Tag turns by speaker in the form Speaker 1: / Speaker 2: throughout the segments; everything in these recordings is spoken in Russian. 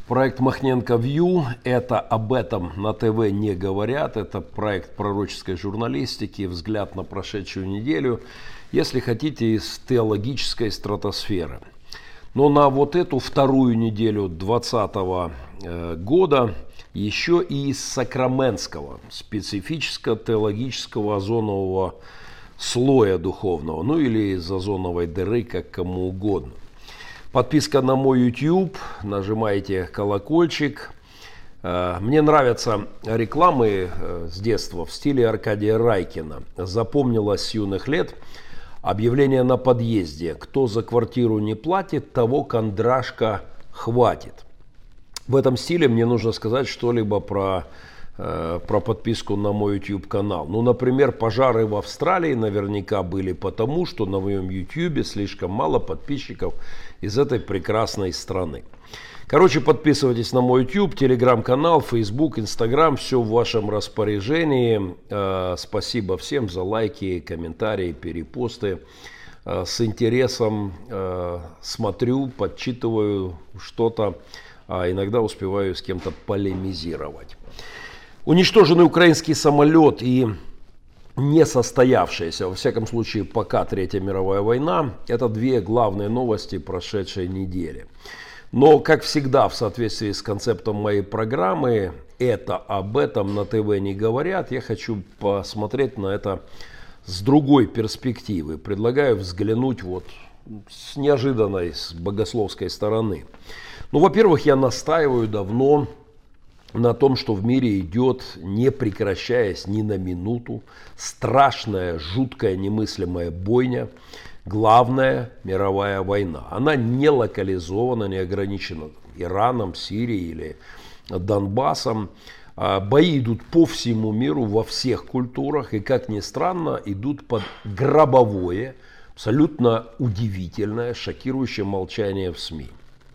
Speaker 1: Проект Махненко Вью – это об этом на ТВ не говорят. Это проект пророческой журналистики, взгляд на прошедшую неделю, если хотите, из теологической стратосферы. Но на вот эту вторую неделю 2020 года еще и из сакраментского, специфического теологического озонового слоя духовного, ну или из озоновой дыры, как кому угодно. Подписка на мой YouTube, нажимаете колокольчик. Мне нравятся рекламы с детства в стиле Аркадия Райкина. Запомнилось с юных лет объявление на подъезде: кто за квартиру не платит, того кондрашка хватит. В этом стиле мне нужно сказать что-либо про подписку на мой YouTube канал. Ну, например, пожары в Австралии наверняка были потому, что на моем YouTube слишком мало подписчиков из этой прекрасной страны. Короче, подписывайтесь на мой YouTube, телеграм-канал, Facebook, Instagram, все в вашем распоряжении. Спасибо всем за лайки, комментарии, перепосты. С интересом смотрю, подчитываю что-то, а иногда успеваю с кем-то полемизировать. Уничтоженный украинский самолет и несостоявшаяся, во всяком случае, пока Третья мировая война – это две главные новости прошедшей недели. Но, как всегда, в соответствии с концептом моей программы, это об этом на ТВ не говорят. Я хочу посмотреть на это с другой перспективы. Предлагаю взглянуть вот с неожиданной, с богословской стороны. Ну, во-первых, я настаиваю давно на том, что в мире идет, не прекращаясь ни на минуту, страшная, жуткая, немыслимая бойня, главная мировая война. Она не локализована, не ограничена Ираном, Сирией или Донбассом. Бои идут по всему миру, во всех культурах, и, как ни странно, идут под гробовое, абсолютно удивительное, шокирующее молчание в СМИ.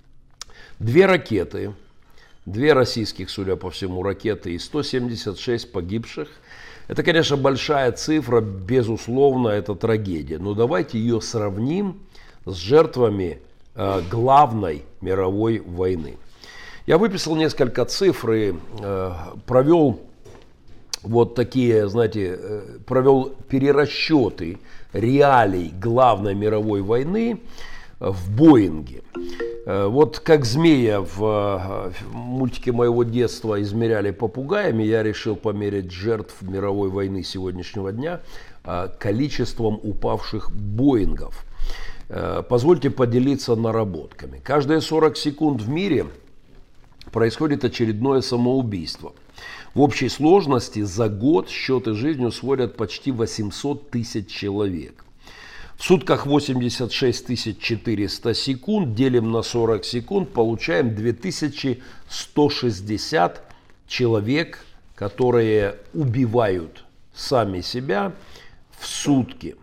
Speaker 1: Две российских, судя по всему, ракеты и 176 погибших. Это, конечно, большая цифра, безусловно, это трагедия. Но давайте ее сравним с жертвами главной мировой войны. Я выписал несколько цифр и провел вот такие, знаете, провел перерасчеты реалий главной мировой войны в Боинге. Вот как змея в мультике моего детства измеряли попугаями, я решил померить жертв мировой войны сегодняшнего дня количеством упавших Боингов. Позвольте поделиться наработками. Каждые 40 секунд в мире происходит очередное самоубийство. В общей сложности за год счеты жизнью сводят почти 800 тысяч человек. В сутках 86 400 секунд, делим на 40 секунд, получаем 2160 человек, которые убивают сами себя в сутки.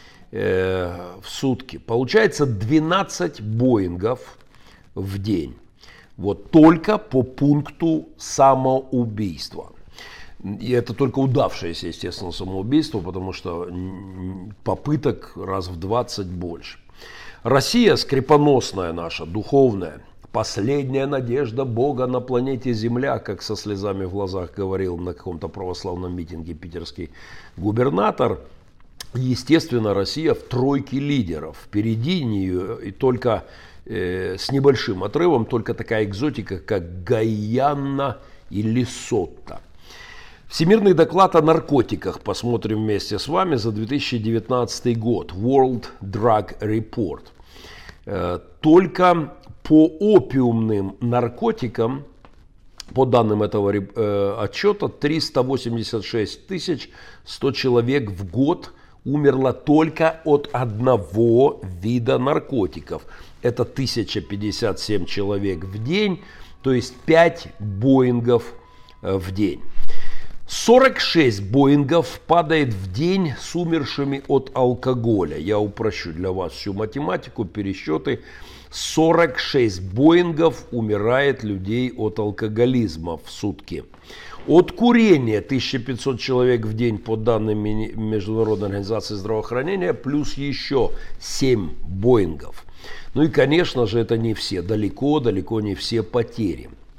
Speaker 1: Получается 12 Боингов в день. Вот только по пункту самоубийства. И это только удавшееся, естественно, самоубийство, потому что попыток раз в 20 больше. Россия, скрипоносная наша, духовная, последняя надежда Бога на планете Земля, как со слезами в глазах говорил на каком-то православном митинге питерский губернатор. Естественно, Россия в тройке лидеров. Впереди нее и только с небольшим отрывом только такая экзотика, как Гайана и Лесото. Всемирный доклад о наркотиках посмотрим вместе с вами за 2019 год. World Drug Report. Только по опиумным наркотикам, по данным этого отчета, 386 100 человек в год умерло только от одного вида наркотиков. Это 1057 человек в день, то есть 5 Боингов в день. 46 Боингов падает в день с умершими от алкоголя. Я упрощу для вас всю математику, пересчеты. 46 Боингов умирает людей от алкоголизма в сутки. От курения 1500 человек в день по данным Международной организации здравоохранения, плюс еще 7 Боингов. Ну и, конечно же, это не все, далеко не все потери.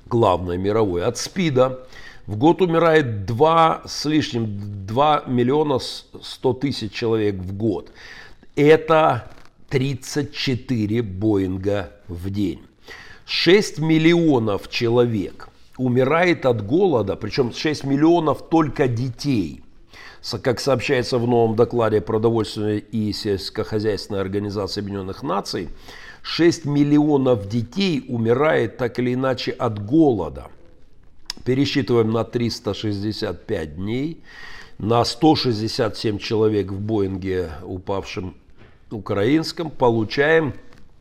Speaker 1: главной мировой. От СПИДа в год умирает 2 миллиона 100 тысяч человек в год. Это 34 Боинга в день. 6 миллионов человек умирает от голода, причем 6 миллионов только детей. Как сообщается в новом докладе Продовольственной и сельскохозяйственной организации Объединенных Наций, 6 миллионов детей умирает так или иначе от голода. Пересчитываем на 365 дней, на 167 человек в Боинге, упавшем украинском, получаем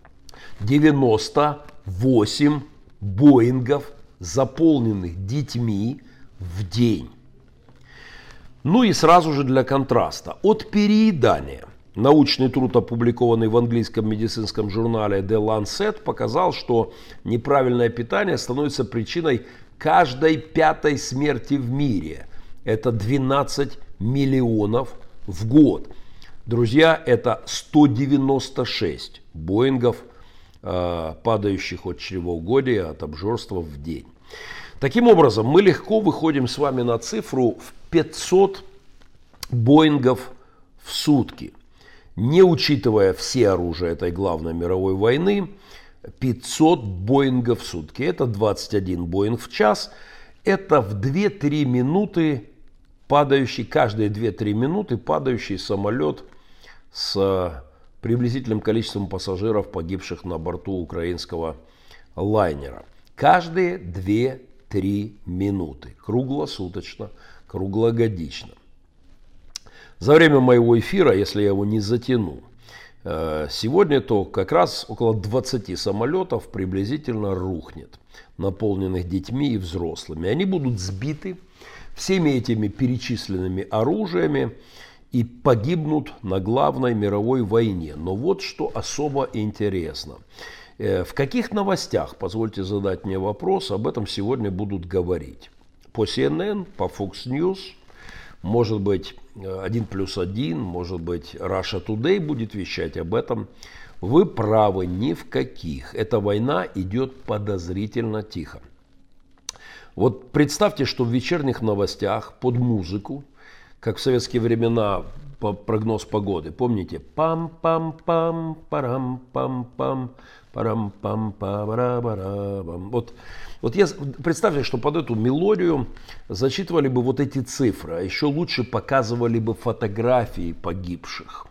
Speaker 1: 98 Боингов, заполненных детьми в день. Ну и сразу же для контраста. От переедания. Научный труд, опубликованный в английском медицинском журнале The Lancet, показал, что неправильное питание становится причиной каждой 5-й смерти в мире. Это 12 миллионов в год. Друзья, это 196 Боингов, падающих от чревоугодия, от обжорства в день. Таким образом, мы легко выходим с вами на цифру в 500 Боингов в сутки. Не учитывая все оружия этой главной мировой войны, 500 Боингов в сутки. Это 21 Боинг в час. Это в 2-3 минуты падающий, каждые 2-3 минуты падающий самолет с приблизительным количеством пассажиров, погибших на борту украинского лайнера. Каждые 2-3 минуты. Круглосуточно, круглогодично. За время моего эфира, если я его не затяну, сегодня, то как раз около 20 самолетов приблизительно рухнет, наполненных детьми и взрослыми. Они будут сбиты всеми этими перечисленными оружиями и погибнут на главной мировой войне. Но вот что особо интересно. В каких новостях, позвольте задать мне вопрос, об этом сегодня будут говорить? По CNN, по Fox News, может быть 1+1, может быть Russia Today будет вещать об этом. Вы правы, ни в каких. Эта война идет подозрительно тихо. Вот представьте, что в вечерних новостях под музыку, как в советские времена прогноз погоды, помните? Пам-пам-пам, парам-пам-пам, парам-пам-пам-пам. Вот представьте, что под эту мелодию зачитывали бы вот эти цифры, а еще лучше показывали бы фотографии погибших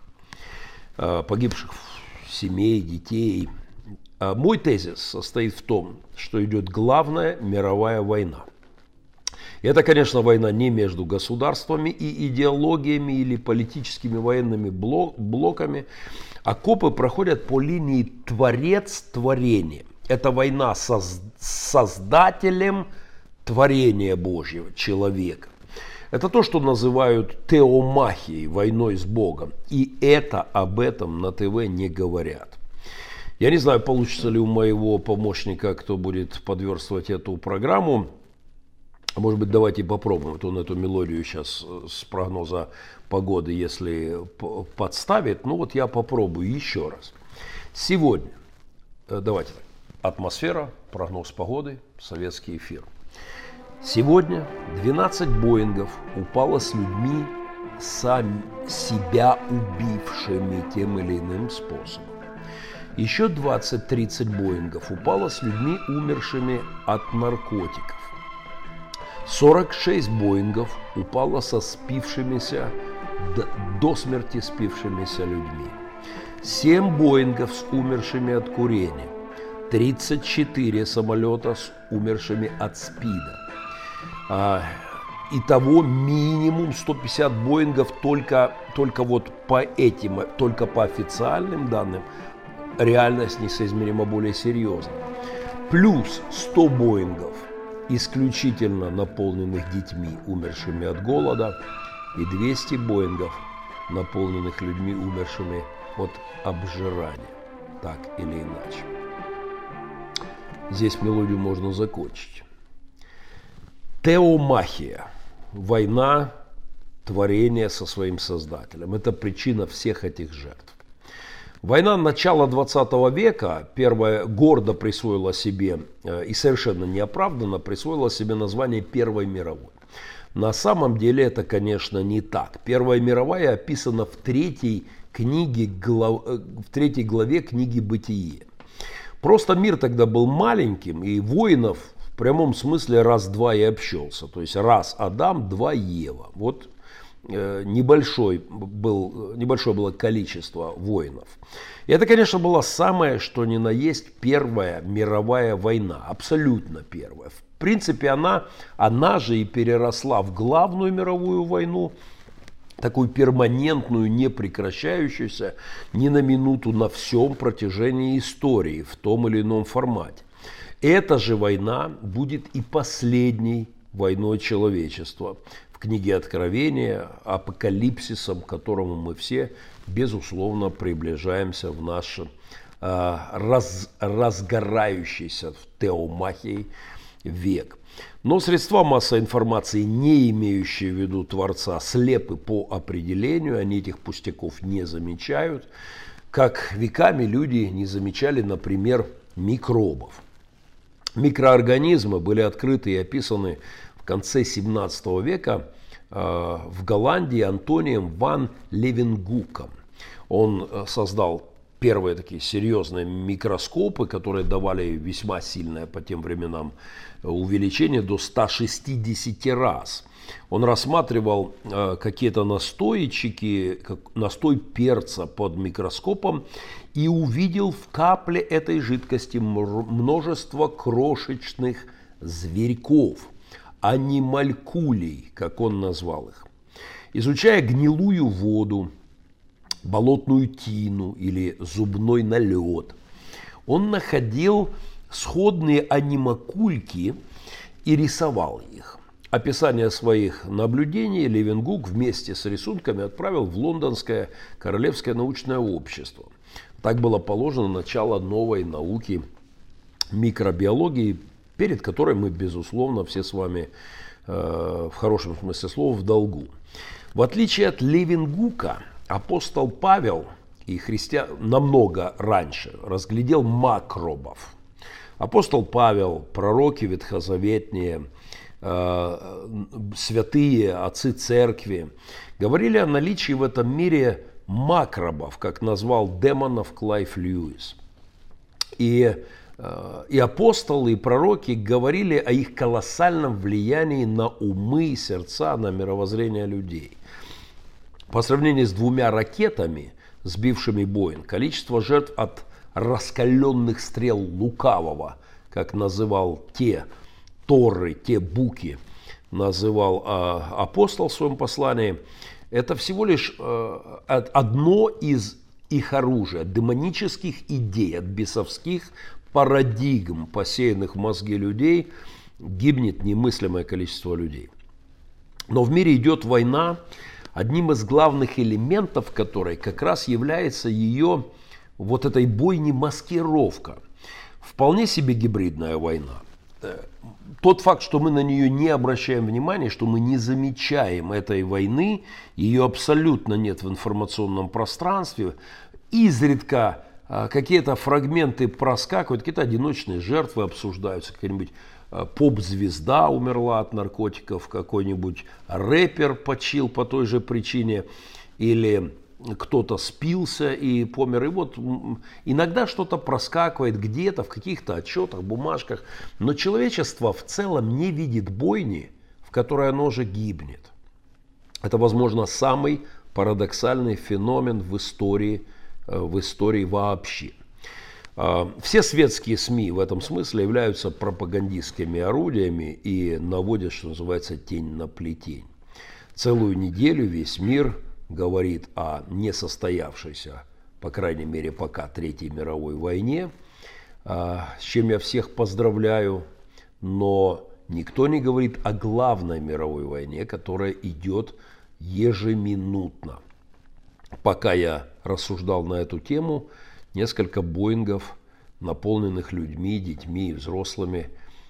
Speaker 1: семей, детей. Мой тезис состоит в том, что идет главная мировая война. И это, конечно, война не между государствами и идеологиями или политическими военными блоками. Окопы проходят по линии творец-творение. Это война с создателем творения Божьего, человека. Это то, что называют теомахией, войной с Богом. И это об этом на ТВ не говорят. Я не знаю, получится ли у моего помощника, кто будет подверстывать эту программу. Может быть, давайте попробуем. Вот он эту мелодию сейчас с прогноза погоды, если подставит. Ну вот я попробую еще раз. Сегодня, давайте так, атмосфера, прогноз погоды, советский эфир. Сегодня 12 Боингов упало с людьми, сами себя убившими тем или иным способом. Еще 20-30 Боингов упало с людьми, умершими от наркотиков. 46 Боингов упало со спившимися, до смерти спившимися людьми. 7 Боингов с умершими от курения. 34 самолета с умершими от СПИДа. Итого минимум 150 Боингов только вот по этим, только по официальным данным. Реальность несоизмеримо более серьезна. Плюс 100 Боингов, исключительно наполненных детьми, умершими от голода, и 200 Боингов, наполненных людьми, умершими от обжирания, так или иначе. Здесь мелодию можно закончить. Теомахия, война творения со своим создателем, это причина всех этих жертв. Война начала 20 века, первая, гордо присвоила себе и совершенно неоправданно присвоила себе название Первой мировой. На самом деле это, конечно, не так. Первая мировая описана в третьей главе книги «Бытие». Просто мир тогда был маленьким, и воинов в прямом смысле раз-два и обчелся. То есть раз Адам, два Ева. Вот небольшое было количество воинов. И это, конечно, была самая, что ни на есть, Первая мировая война. Абсолютно первая. В принципе, она же и переросла в главную мировую войну, такую перманентную, не прекращающуюся ни на минуту на всем протяжении истории в том или ином формате. Эта же война будет и последней войной человечества. В книге Откровения, апокалипсисом, к которому мы все, безусловно, приближаемся в наш разгорающийся в теомахии век. Но средства массовой информации, не имеющие в виду Творца, слепы по определению, они этих пустяков не замечают, как веками люди не замечали, например, микробов. Микроорганизмы были открыты и описаны в конце 17 века в Голландии Антонием ван Левенгуком. Он создал первые такие серьезные микроскопы, которые давали весьма сильное по тем временам увеличение до 160 раз. Он рассматривал какие-то настойчики, настой перца под микроскопом и увидел в капле этой жидкости множество крошечных зверьков, анималькулей, как он назвал их. Изучая гнилую воду, болотную тину или зубной налет, он находил сходные анимакульки и рисовал их. Описание своих наблюдений Левенгук вместе с рисунками отправил в Лондонское Королевское научное общество. Так было положено начало новой науки микробиологии, перед которой мы, безусловно, все с вами в хорошем смысле слова в долгу. В отличие от Левенгука, апостол Павел и христиан намного раньше разглядел макробов. Апостол Павел, пророки ветхозаветные, святые отцы церкви говорили о наличии в этом мире макробов, как назвал демонов Клайв Льюис. И апостолы, и пророки говорили о их колоссальном влиянии на умы и сердца, на мировоззрение людей. По сравнению с 2 ракетами, сбившими Боинг, количество жертв от раскаленных стрел лукавого, как называл те торы, те буки, называл апостол в своем послании, это всего лишь одно из их оружия, от демонических идей, от бесовских парадигм, посеянных в мозги людей, гибнет немыслимое количество людей. Но в мире идет война, одним из главных элементов которой как раз является ее вот этой бойни маскировка. Вполне себе гибридная война. Тот факт, что мы на нее не обращаем внимания, что мы не замечаем этой войны, ее абсолютно нет в информационном пространстве, изредка какие-то фрагменты проскакивают, какие-то одиночные жертвы обсуждаются, какая-нибудь поп-звезда умерла от наркотиков, какой-нибудь рэпер почил по той же причине, или кто-то спился и помер. И вот иногда что-то проскакивает где-то в каких-то отчетах, бумажках, но человечество в целом не видит бойни, в которой оно же гибнет. Это, возможно, самый парадоксальный феномен в истории вообще. Все светские СМИ в этом смысле являются пропагандистскими орудиями и наводят, что называется, тень на плетень. Целую неделю весь мир говорит о несостоявшейся, по крайней мере, пока Третьей мировой войне, с чем я всех поздравляю, но никто не говорит о главной мировой войне, которая идет ежеминутно. Пока я рассуждал на эту тему, несколько Боингов, наполненных людьми, детьми и взрослыми,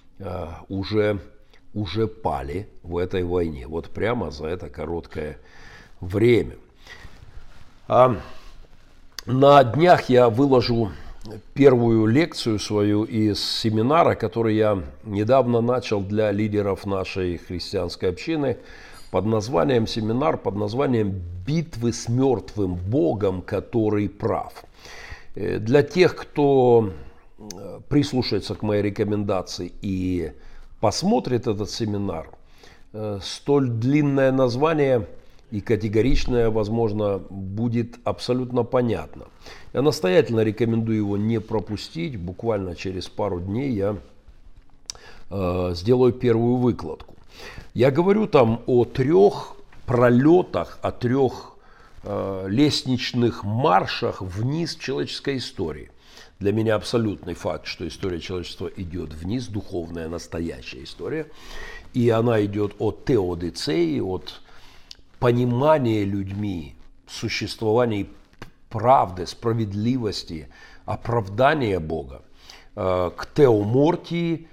Speaker 1: уже пали в этой войне. Вот прямо за это короткое время. На днях я выложу первую лекцию свою из семинара, который я недавно начал для лидеров нашей христианской общины под названием «Битвы с мертвым Богом, который прав». Для тех, кто прислушается к моей рекомендации и посмотрит этот семинар, столь длинное название и категоричное, возможно, будет абсолютно понятно. Я настоятельно рекомендую его не пропустить. Буквально через пару дней я сделаю первую выкладку. Я говорю там о 3 пролетах, о 3 лестничных маршах вниз человеческой истории. Для меня абсолютный факт, что история человечества идет вниз, духовная, настоящая история. И она идет от теодицеи, от понимания людьми существования правды, справедливости, оправдания Бога, к теомортии,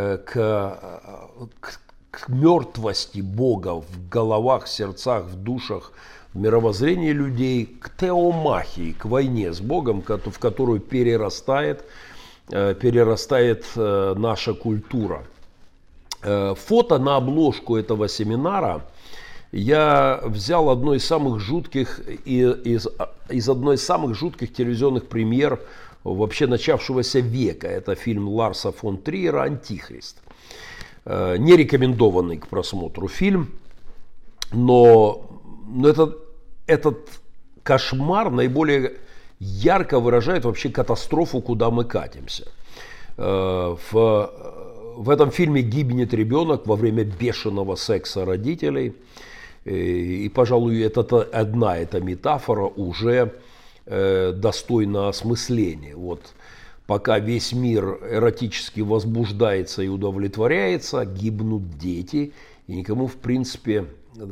Speaker 1: к мертвости Бога в головах, сердцах, в душах, в мировоззрении людей, к теомахии, к войне с Богом, в которую перерастает наша культура. Фото на обложку этого семинара я взял из одной из самых жутких телевизионных премьер вообще начавшегося века. Это фильм Ларса фон Триера «Антихрист». Не рекомендованный к просмотру фильм, но этот кошмар наиболее ярко выражает вообще катастрофу, куда мы катимся. В этом фильме гибнет ребенок во время бешеного секса родителей. И, пожалуй, одна эта метафора уже достойна осмысления. Вот пока весь мир эротически возбуждается и удовлетворяется, гибнут дети, и никому, в принципе,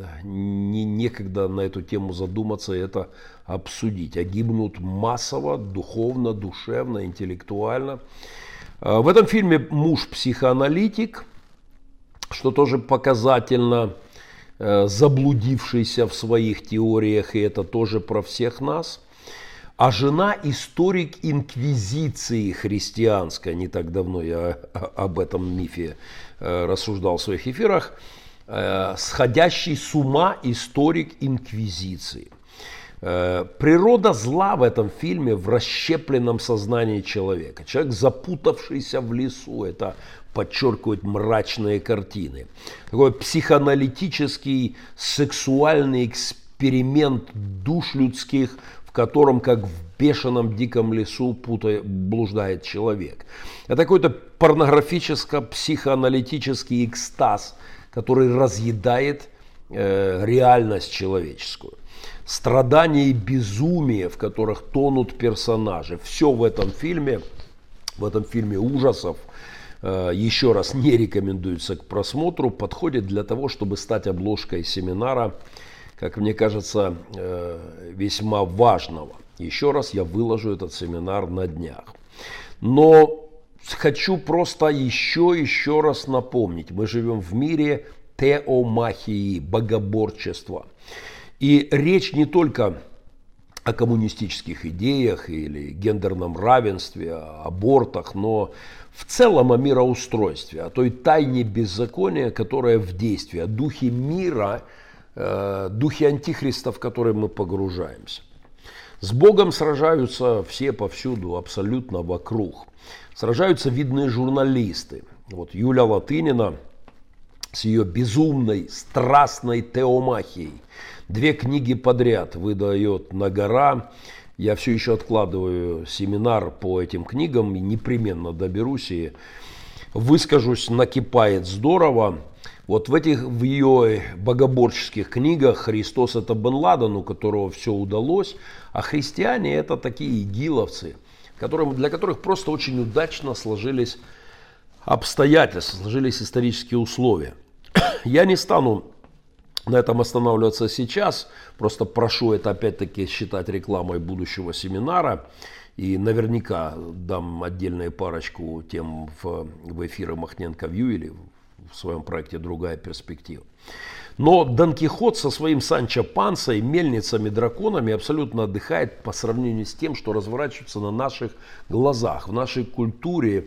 Speaker 1: некогда на эту тему задуматься и это обсудить. А гибнут массово, духовно, душевно, интеллектуально. В этом фильме муж психоаналитик, что тоже показательно, заблудившийся в своих теориях, и это тоже про всех нас. А жена историк инквизиции христианской. Не так давно я об этом мифе рассуждал в своих эфирах. Сходящий с ума историк инквизиции. Природа зла в этом фильме в расщепленном сознании человека. Человек, запутавшийся в лесу, это подчеркивают мрачные картины. Такой психоаналитический, сексуальный эксперимент душ людских, в котором, как в бешеном диком лесу, блуждает человек. Это какой-то порнографическо-психоаналитический экстаз, который разъедает реальность человеческую. Страдания и безумие, в которых тонут персонажи. Все в этом фильме ужасов, еще раз не рекомендуется к просмотру, подходит для того, чтобы стать обложкой семинара, как мне кажется, весьма важного. Еще раз я выложу этот семинар на днях. Но хочу просто еще раз напомнить, мы живем в мире теомахии, богоборчества. И речь не только о коммунистических идеях или гендерном равенстве, о абортах, но в целом о мироустройстве, о той тайне беззакония, которая в действии, о духе мира, духе антихриста, в который мы погружаемся. С Богом сражаются все повсюду, абсолютно вокруг. Сражаются видные журналисты. Вот Юля Латынина с ее безумной, страстной теомахией 2 книги подряд выдает на гора. Я все еще откладываю семинар по этим книгам и непременно доберусь и выскажусь, накипает здорово. Вот в ее богоборческих книгах Христос это Бен Ладен, у которого все удалось, а христиане это такие игиловцы, для которых просто очень удачно сложились обстоятельства, сложились исторические условия. Я не стану на этом останавливаться сейчас, просто прошу это опять-таки считать рекламой будущего семинара. И наверняка дам отдельную парочку тем в эфиры Махненко Вью или в своем проекте «Другая перспектива». Но Дон Кихот со своим Санчо Пансой, мельницами, драконами абсолютно отдыхает по сравнению с тем, что разворачивается на наших глазах, в нашей культуре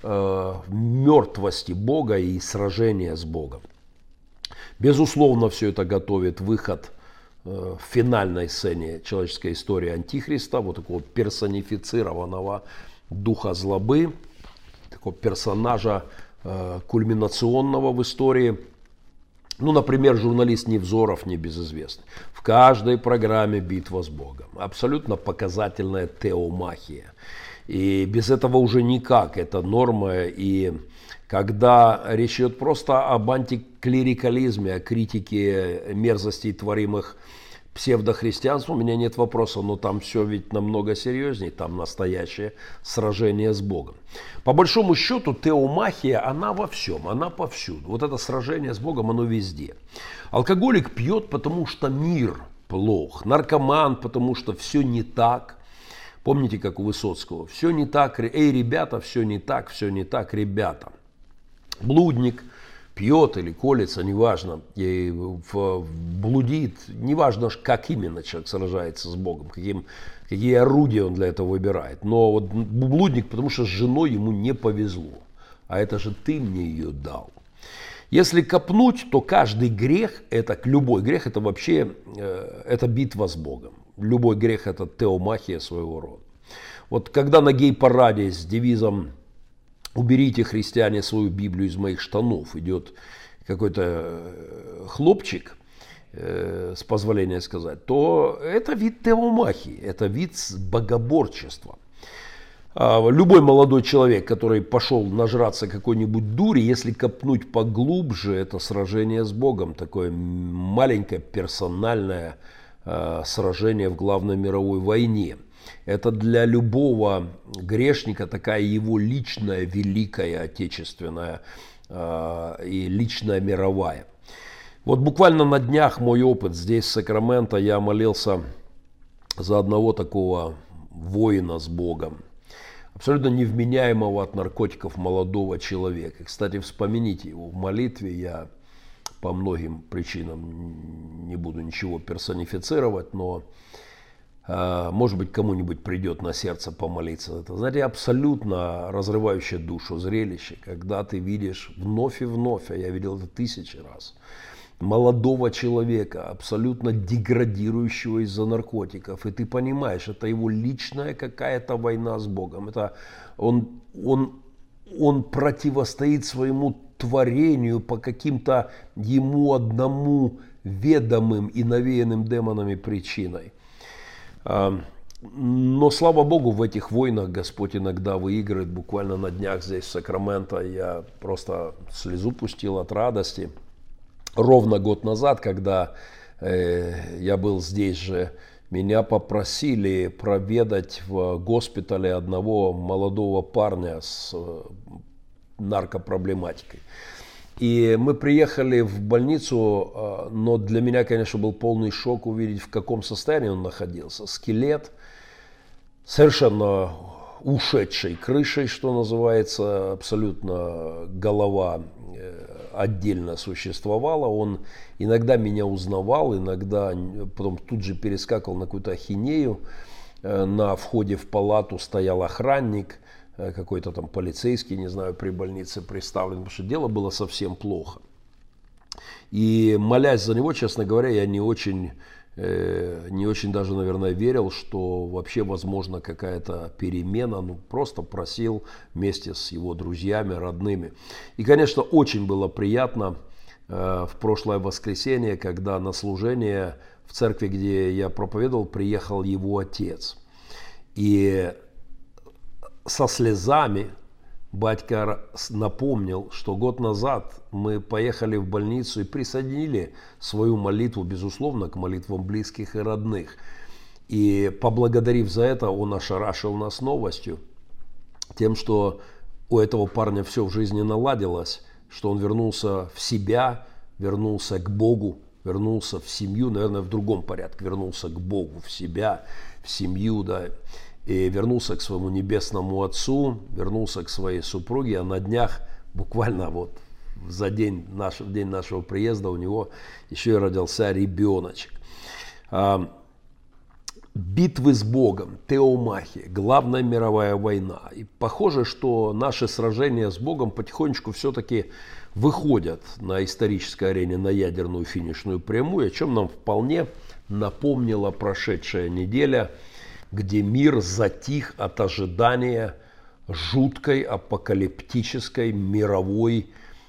Speaker 1: мертвости Бога и сражения с Богом. Безусловно, все это готовит выход в финальной сцене человеческой истории Антихриста, вот такого персонифицированного духа злобы, такого персонажа кульминационного в истории. Ну, например, журналист Невзоров, небезызвестный. В каждой программе «Битва с Богом». Абсолютно показательная теомахия. И без этого уже никак. Это норма. И когда речь идет просто об антиклерикализме, о критике мерзостей, творимых псевдохристианством, у меня нет вопроса, но там все ведь намного серьезнее, там настоящее сражение с Богом. По большому счету, теомахия, она во всем, она повсюду. Вот это сражение с Богом, оно везде. Алкоголик пьет, потому что мир плох. Наркоман, потому что все не так. Помните, как у Высоцкого? Все не так, эй, ребята, все не так, ребята. Блудник пьет или колется, неважно, и блудит, неважно, как именно человек сражается с Богом, какие орудия он для этого выбирает. Но вот блудник, потому что с женой ему не повезло, а это же ты мне ее дал. Если копнуть, то каждый грех, любой грех, это вообще это битва с Богом. Любой грех – это теомахия своего рода. Вот когда на гей-параде с девизом «Уберите, христиане, свою Библию из моих штанов» идет какой-то хлопчик, с позволения сказать, то это вид теомахии, это вид богоборчества. Любой молодой человек, который пошел нажраться какой-нибудь дури, если копнуть поглубже, это сражение с Богом, такое маленькое персональное сражение в главной мировой войне. Это для любого грешника такая его личная, великая, отечественная и личная мировая. Вот буквально на днях мой опыт здесь, в Сакраменто, я молился за одного такого воина с Богом, абсолютно невменяемого от наркотиков молодого человека. Кстати, вспомните его в молитве, я по многим причинам не буду ничего персонифицировать, но может быть, кому-нибудь придет на сердце помолиться. Это, знаете, абсолютно разрывающее душу зрелище, когда ты видишь вновь и вновь, а я видел это тысячи раз, молодого человека, абсолютно деградирующего из-за наркотиков. И ты понимаешь, это его личная какая-то война с Богом. Это он противостоит своему творению по каким-то ему одному ведомым и навеянным демонами причиной. Но, слава Богу, в этих войнах Господь иногда выигрывает. Буквально на днях здесь, в Сакраменто, я просто слезу пустил от радости. Ровно год назад, когда я был здесь же, меня попросили проведать в госпитале одного молодого парня с наркопроблематикой. И мы приехали в больницу, но для меня, конечно, был полный шок увидеть, в каком состоянии он находился. Скелет, совершенно ушедшей крышей, что называется, абсолютно голова отдельно существовала. Он иногда меня узнавал, иногда потом тут же перескакивал на какую-то ахинею. На входе в палату стоял охранник, какой-то там полицейский, не знаю, при больнице представлен, потому что дело было совсем плохо. И молясь за него, честно говоря, я не очень даже, наверное, верил, что вообще возможна какая-то перемена. Ну, просто просил вместе с его друзьями, родными. И, конечно, очень было приятно в прошлое воскресенье, когда на служение в церкви, где я проповедовал, приехал его отец. И со слезами батька напомнил, что год назад мы поехали в больницу и присоединили свою молитву, безусловно, к молитвам близких и родных. И поблагодарив за это, он ошарашил нас новостью, тем, что у этого парня все в жизни наладилось, что он вернулся в себя, вернулся к Богу, вернулся в семью, наверное, в другом порядке, вернулся к Богу, в себя, в семью, да. И вернулся к своему небесному отцу, вернулся к своей супруге, а на днях, буквально вот в день нашего приезда у него еще и родился ребеночек. Битвы с Богом, теомахия, главная мировая война. И похоже, что наши сражения с Богом потихонечку все-таки выходят на исторической арене на ядерную финишную прямую, о чем нам вполне напомнила прошедшая неделя, где мир затих от ожидания жуткой апокалиптической мировой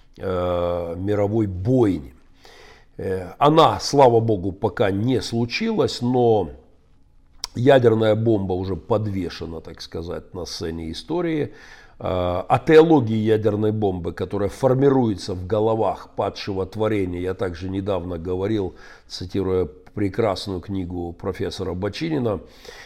Speaker 1: бойни. Она, слава богу, пока не случилась, но ядерная бомба уже подвешена, так сказать, на сцене истории. О теологии ядерной бомбы, которая формируется в головах падшего творения, я также недавно говорил, цитируя прекрасную книгу профессора Бочинина.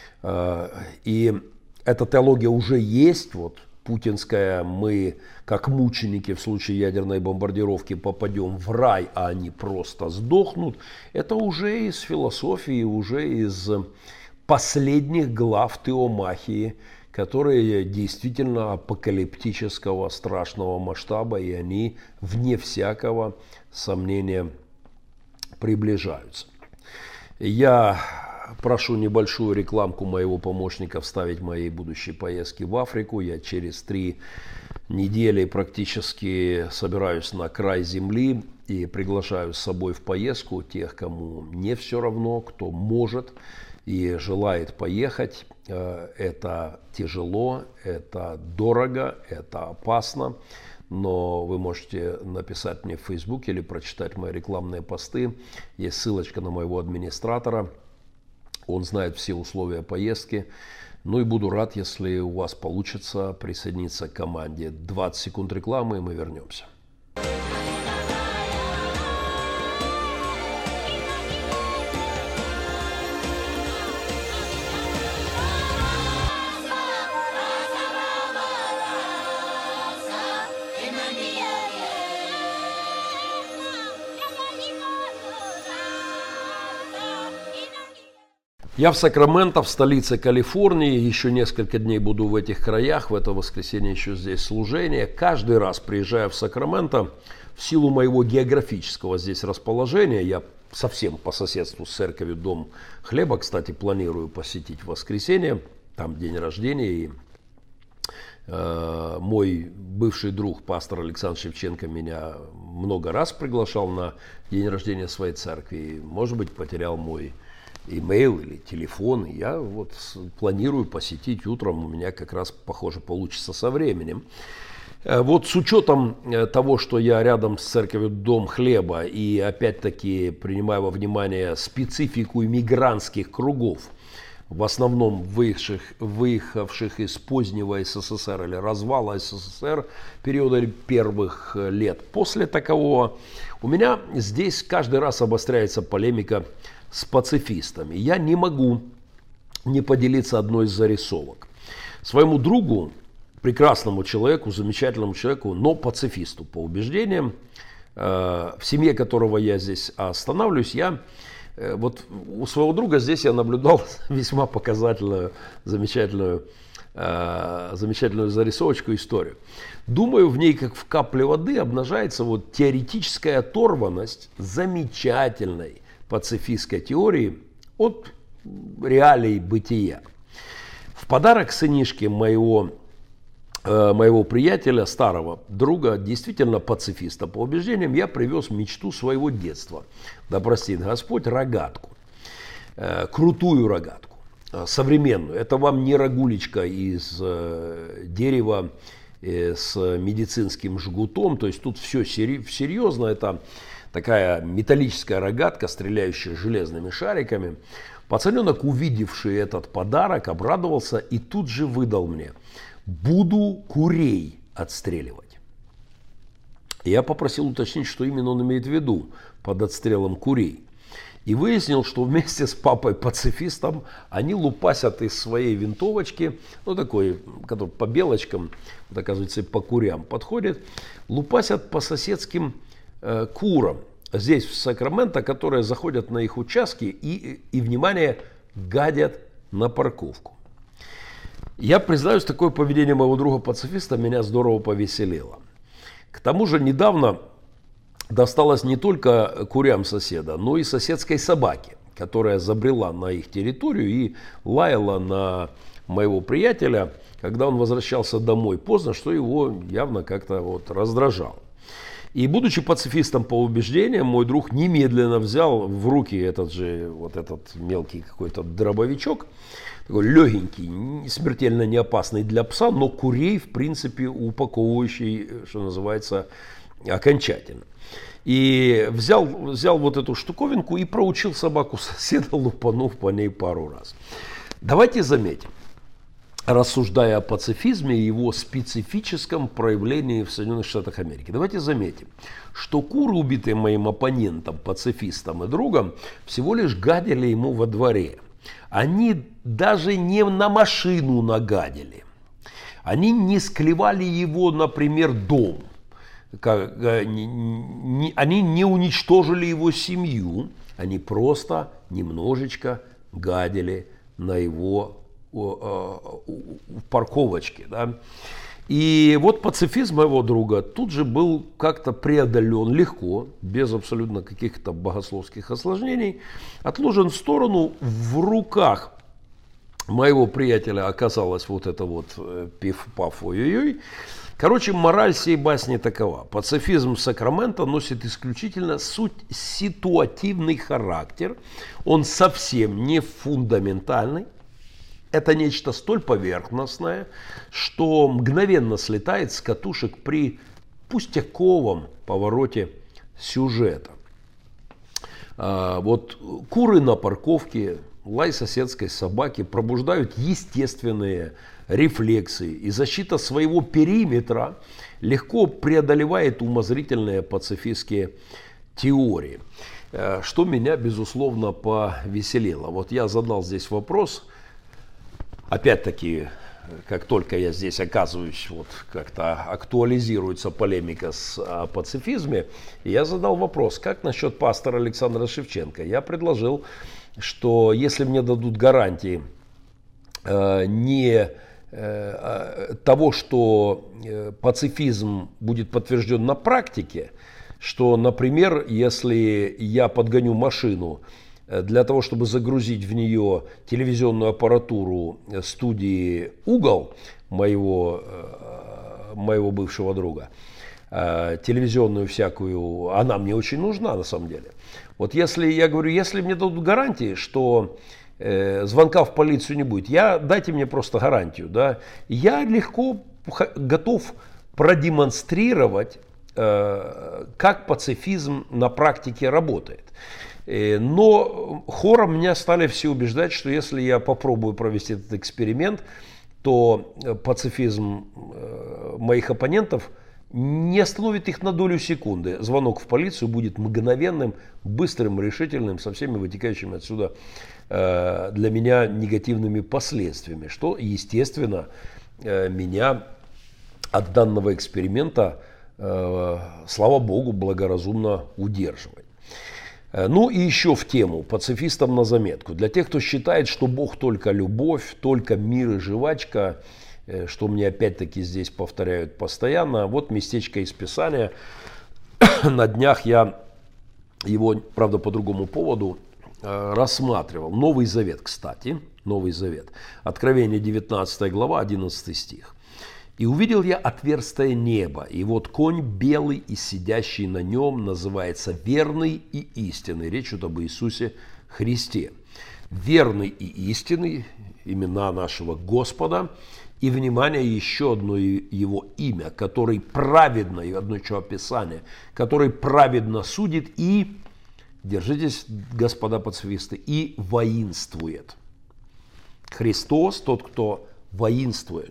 Speaker 1: И эта теология уже есть, вот путинская, мы как мученики в случае ядерной бомбардировки попадем в рай, а они просто сдохнут. Это уже из философии, уже из последних глав теомахии, которые действительно апокалиптического страшного масштаба, и они, вне всякого сомнения, приближаются. Я прошу небольшую рекламку моего помощника вставить моей будущей поездки в Африку. Я через 3 недели практически собираюсь на край земли и приглашаю с собой в поездку тех, кому не все равно, кто может и желает поехать. Это тяжело, это дорого, это опасно, но вы можете написать мне в Facebook или прочитать мои рекламные посты. Есть ссылочка на моего администратора, он знает все условия поездки. Ну и буду рад, если у вас получится присоединиться к команде. 20 секунд рекламы, и мы вернемся. Я в Сакраменто, в столице Калифорнии, еще несколько дней буду в этих краях, в это воскресенье еще здесь служение. Каждый раз, приезжая в Сакраменто, в силу моего географического здесь расположения, я совсем по соседству с церковью Дом Хлеба, кстати, планирую посетить в воскресенье, там день рождения, и мой бывший друг, пастор Александр Шевченко, меня много раз приглашал на день рождения своей церкви, может быть, потерял мой имейл или телефон. Я вот планирую посетить утром, у меня как раз, похоже, получится со временем. Вот с учетом того, что я рядом с церковью Дом Хлеба и опять-таки принимая во внимание специфику иммигрантских кругов, в основном выехавших из позднего СССР или развала СССР периода первых лет после такового, у меня здесь каждый раз обостряется полемика с пацифистами. Я не могу не поделиться одной из зарисовок. Своему другу, прекрасному человеку, замечательному человеку, но пацифисту по убеждениям, в семье которого я здесь останавливаюсь, вот у своего друга здесь я наблюдал весьма показательную, замечательную зарисовочку, историю. Думаю, в ней, как в капле воды, обнажается вот теоретическая оторванность замечательной пацифистской теории от реалий бытия. В подарок сынишке моего приятеля, старого друга, действительно пацифиста по убеждениям, я привез мечту своего детства. Да простит Господь, рогатку. Крутую рогатку. Современную. Это вам не рогулечка из дерева с медицинским жгутом. То есть тут все серьезно. Это такая металлическая рогатка, стреляющая железными шариками. Пацаненок, увидевший этот подарок, обрадовался и тут же выдал мне: буду курей отстреливать. Я попросил уточнить, что именно он имеет в виду под отстрелом курей. И выяснил, что вместе с папой-пацифистом они лупасят из своей винтовочки, ну такой, который по белочкам, вот, оказывается, по курям подходит, лупасят по соседским курам здесь, в Сакраменто, которые заходят на их участки и внимание, гадят на парковку. Я признаюсь, такое поведение моего друга-пацифиста меня здорово повеселило. К тому же недавно досталось не только курям соседа, но и соседской собаке, которая забрела на их территорию и лаяла на моего приятеля, когда он возвращался домой поздно, что его явно как-то вот раздражало. И будучи пацифистом по убеждениям, мой друг немедленно взял в руки этот мелкий какой-то дробовичок, такой легенький, смертельно не опасный для пса, но курей, в принципе, упаковывающий, что называется, окончательно. И взял вот эту штуковинку и проучил собаку соседа, лупанув по ней пару раз. Давайте заметим, рассуждая о пацифизме и его специфическом проявлении в Соединенных Штатах Америки. Давайте заметим, что куры, убитые моим оппонентом, пацифистом и другом, всего лишь гадили ему во дворе. Они даже не на машину нагадили. Они не склевали его, например, дом. Они не уничтожили его семью. Они просто немножечко гадили на его в парковочке. Да? И вот пацифизм моего друга тут же был как-то преодолен легко, без абсолютно каких-то богословских осложнений, отложен в сторону. В руках моего приятеля оказалось вот это вот пиф-паф, ой-ой-ой. Короче, мораль сей басни такова. Пацифизм Сакрамента носит исключительно ситуативный характер. Он совсем не фундаментальный. Это нечто столь поверхностное, что мгновенно слетает с катушек при пустяковом повороте сюжета. Вот куры на парковке, лай соседской собаки пробуждают естественные рефлексы, и защита своего периметра легко преодолевает умозрительные пацифистские теории. Что меня, безусловно, повеселило. Вот я задал здесь вопрос. Опять-таки, как только я здесь оказываюсь, вот как-то актуализируется полемика о пацифизме, я задал вопрос, как насчет пастора Александра Шевченко. Я предложил, что если мне дадут гарантии не того, что пацифизм будет подтвержден на практике, что, например, если я подгоню машину для того, чтобы загрузить в нее телевизионную аппаратуру студии «Угол» моего бывшего друга, телевизионную всякую, она мне очень нужна на самом деле. Вот если, я говорю, если мне дадут гарантии, что звонка в полицию не будет, дайте мне просто гарантию, да, я легко готов продемонстрировать, как пацифизм на практике работает. Но хором меня стали все убеждать, что если я попробую провести этот эксперимент, то пацифизм моих оппонентов не остановит их на долю секунды. Звонок в полицию будет мгновенным, быстрым, решительным, со всеми вытекающими отсюда для меня негативными последствиями, что, естественно, меня от данного эксперимента, слава богу, благоразумно удерживает. Ну и еще в тему, пацифистам на заметку. Для тех, кто считает, что Бог только любовь, только мир и жвачка, что мне опять-таки здесь повторяют постоянно, вот местечко из Писания. На днях я его, правда, по другому поводу рассматривал. Новый Завет, кстати, Новый Завет. Откровение 19 глава, 11 стих. «И увидел я отверстие неба, и вот конь белый и сидящий на нем называется верный и истинный». Речь идет об Иисусе Христе. Верный и истинный, имена нашего Господа. И, внимание, еще одно его имя, который праведно, и одно еще описание, который праведно судит и, держитесь, господа пацифисты, и воинствует. Христос, тот, кто воинствует.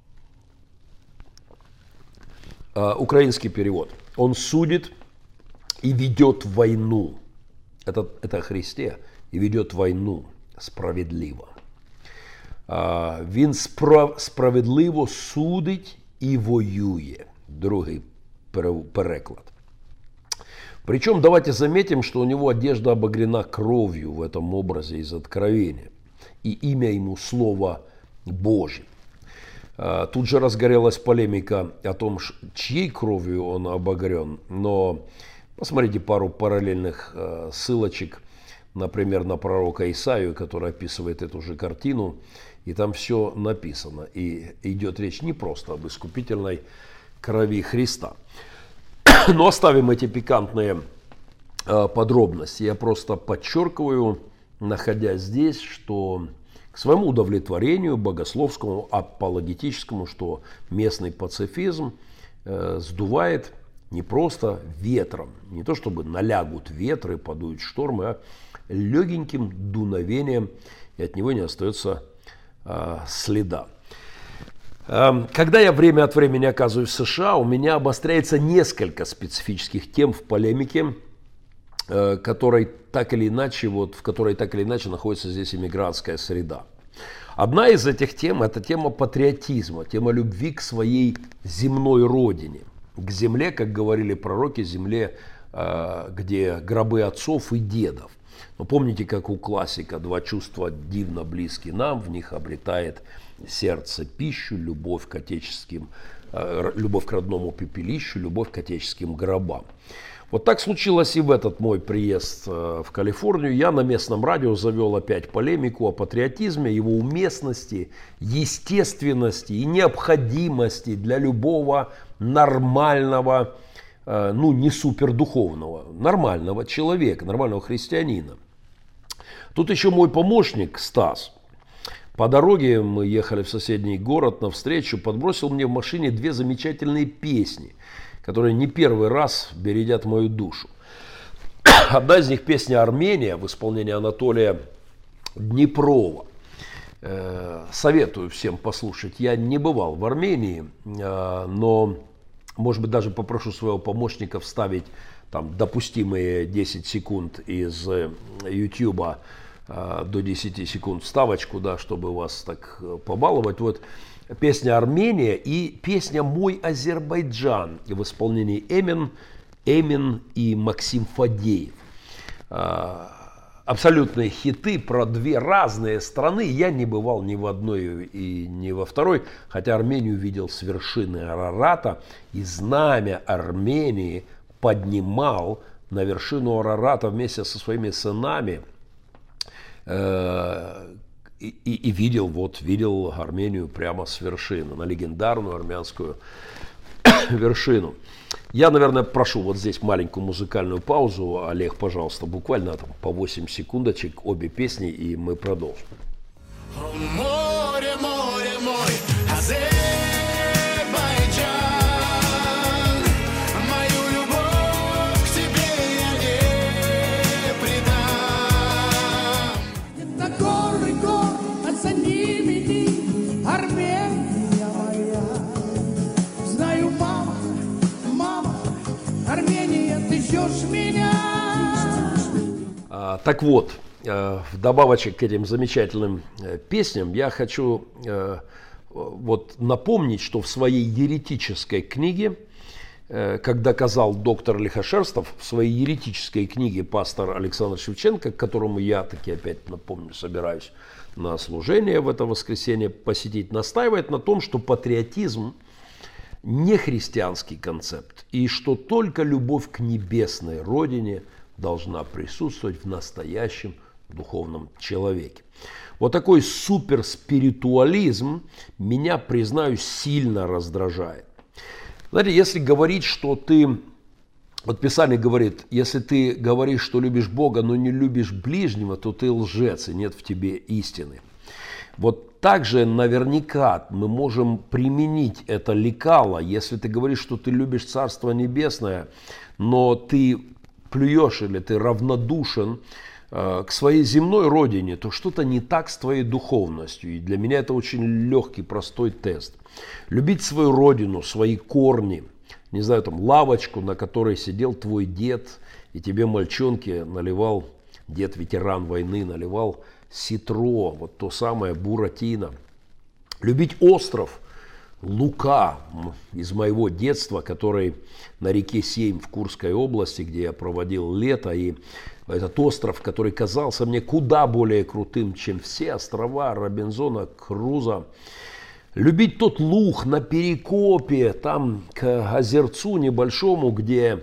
Speaker 1: Украинский перевод. Он судит и ведет войну. Это о Христе. И ведет войну справедливо. Він справедливо судить і воює. Другий переклад. Причем давайте заметим, что у него одежда обогрена кровью в этом образе из Откровения. И имя ему Слово Божье. Тут же разгорелась полемика о том, чьей кровью он обогрен. Но Посмотрите пару параллельных ссылочек, например, на пророка Исаию, который описывает эту же картину. И там все написано. И идет речь не просто об искупительной крови Христа. Но оставим эти пикантные подробности. Я просто подчеркиваю, находясь здесь, что к своему удовлетворению, богословскому, апологетическому, что местный пацифизм сдувает не просто ветром, не то чтобы налягут ветры, подуют штормы, а легеньким дуновением, и от него не остается следа. Когда я время от времени оказываюсь в США, у меня обостряется несколько специфических тем в полемике, в которой так или иначе находится здесь иммигрантская среда. Одна из этих тем – это тема патриотизма, тема любви к своей земной родине, к земле, как говорили пророки, земле, где гробы отцов и дедов. Но помните, как у классика: два чувства дивно близки нам, в них обретает сердце пищу, любовь к родному пепелищу, любовь к отеческим гробам. Вот так случилось и в этот мой приезд в Калифорнию. Я на местном радио завел опять полемику о патриотизме, его уместности, естественности и необходимости для любого нормального, не супердуховного, нормального человека, нормального христианина. Тут еще мой помощник Стас. По дороге мы ехали в соседний город навстречу, подбросил мне в машине две замечательные песни, которые не первый раз бередят мою душу. Одна из них песня «Армения» в исполнении Анатолия Днепрова. Советую всем послушать. Я не бывал в Армении, но, может быть, даже попрошу своего помощника вставить там допустимые 10 секунд из YouTube до 10 секунд вставочку, да, чтобы вас так побаловать. Вот песня «Армения» и песня «Мой Азербайджан» в исполнении Эмин и Максим Фадеев. Абсолютные хиты про две разные страны. Я не бывал ни в одной и ни во второй, хотя Армению видел с вершины Арарата, и знамя Армении поднимал на вершину Арарата вместе со своими сынами. И видел Армению прямо с вершины, на легендарную армянскую вершину. Я, наверное, прошу вот здесь маленькую музыкальную паузу. Олег, пожалуйста, буквально там по 8 секундочек обе песни, и мы продолжим.
Speaker 2: Море, море, мой Азербайджан, мою любовь к тебе я не предам.
Speaker 3: Это горы, а за ними ты, Армения моя. Знаю, мама, Армения, ты ждешь меня.
Speaker 1: Так вот, вдобавочек к этим замечательным песням я хочу вот напомнить, что в своей еретической книге, как доказал доктор Лихошерстов, в своей еретической книге пастор Александр Шевченко, к которому я таки опять напомню, собираюсь на служение в это воскресенье посетить, настаивает на том, что патриотизм не христианский концепт, и что только любовь к небесной родине должна присутствовать в настоящем духовном человеке. Вот такой суперспиритуализм меня, признаюсь, сильно раздражает. Знаете, если говорить, что ты, вот Писание говорит, если ты говоришь, что любишь Бога, но не любишь ближнего, то ты лжец, и нет в тебе истины. Вот так же наверняка мы можем применить это лекало, если ты говоришь, что ты любишь Царство Небесное, но ты плюешь или ты равнодушен к своей земной родине, то что-то не так с твоей духовностью. И для меня это очень легкий, простой тест. Любить свою родину, свои корни, не знаю, там лавочку, на которой сидел твой дед, и тебе мальчонки наливал, дед-ветеран войны, наливал ситро, вот то самое буратино. Любить остров Лука из моего детства, который на реке Сейм в Курской области, где я проводил лето, и этот остров, который казался мне куда более крутым, чем все острова Робинзона Круза. Любить тот луг на Перекопе, там к озерцу небольшому, где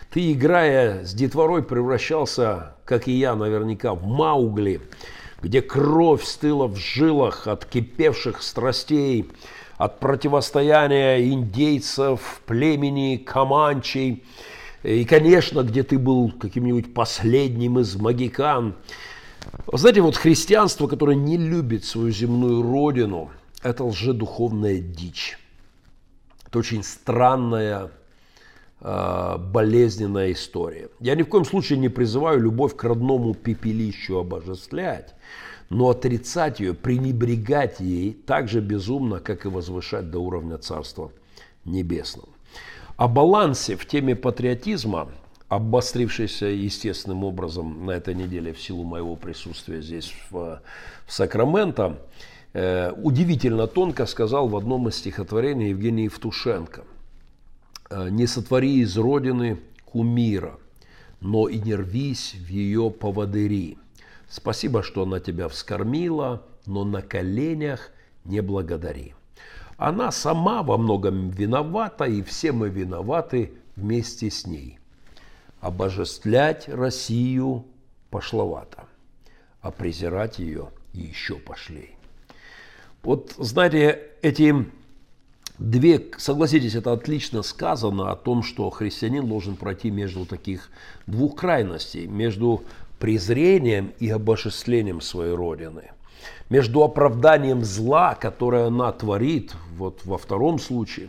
Speaker 1: Ты, играя с детворой, превращался, как и я, наверняка, в Маугли, где кровь стыла в жилах от кипевших страстей, от противостояния индейцев, племени Команчей. И, конечно, где ты был каким-нибудь последним из магикан. Вы знаете, вот христианство, которое не любит свою земную родину, это лжедуховная дичь. Это очень странная, болезненная история. Я ни в коем случае не призываю любовь к родному пепелищу обожествлять, но отрицать ее, пренебрегать ей так же безумно, как и возвышать до уровня Царства Небесного. О балансе в теме патриотизма, обострившейся естественным образом на этой неделе в силу моего присутствия здесь в Сакраменто, удивительно тонко сказал в одном из стихотворений Евгений Евтушенко: «Не сотвори из родины кумира, но и не рвись в ее поводыри. Спасибо, что она тебя вскормила, но на коленях не благодари. Она сама во многом виновата, и все мы виноваты вместе с ней. Обожествлять Россию пошловато, а презирать ее еще пошлей». Вот, знаете, эти две, согласитесь, это отлично сказано о том, что христианин должен пройти между таких двух крайностей, между презрением и обожествлением своей Родины, между оправданием зла, которое она творит, вот во втором случае,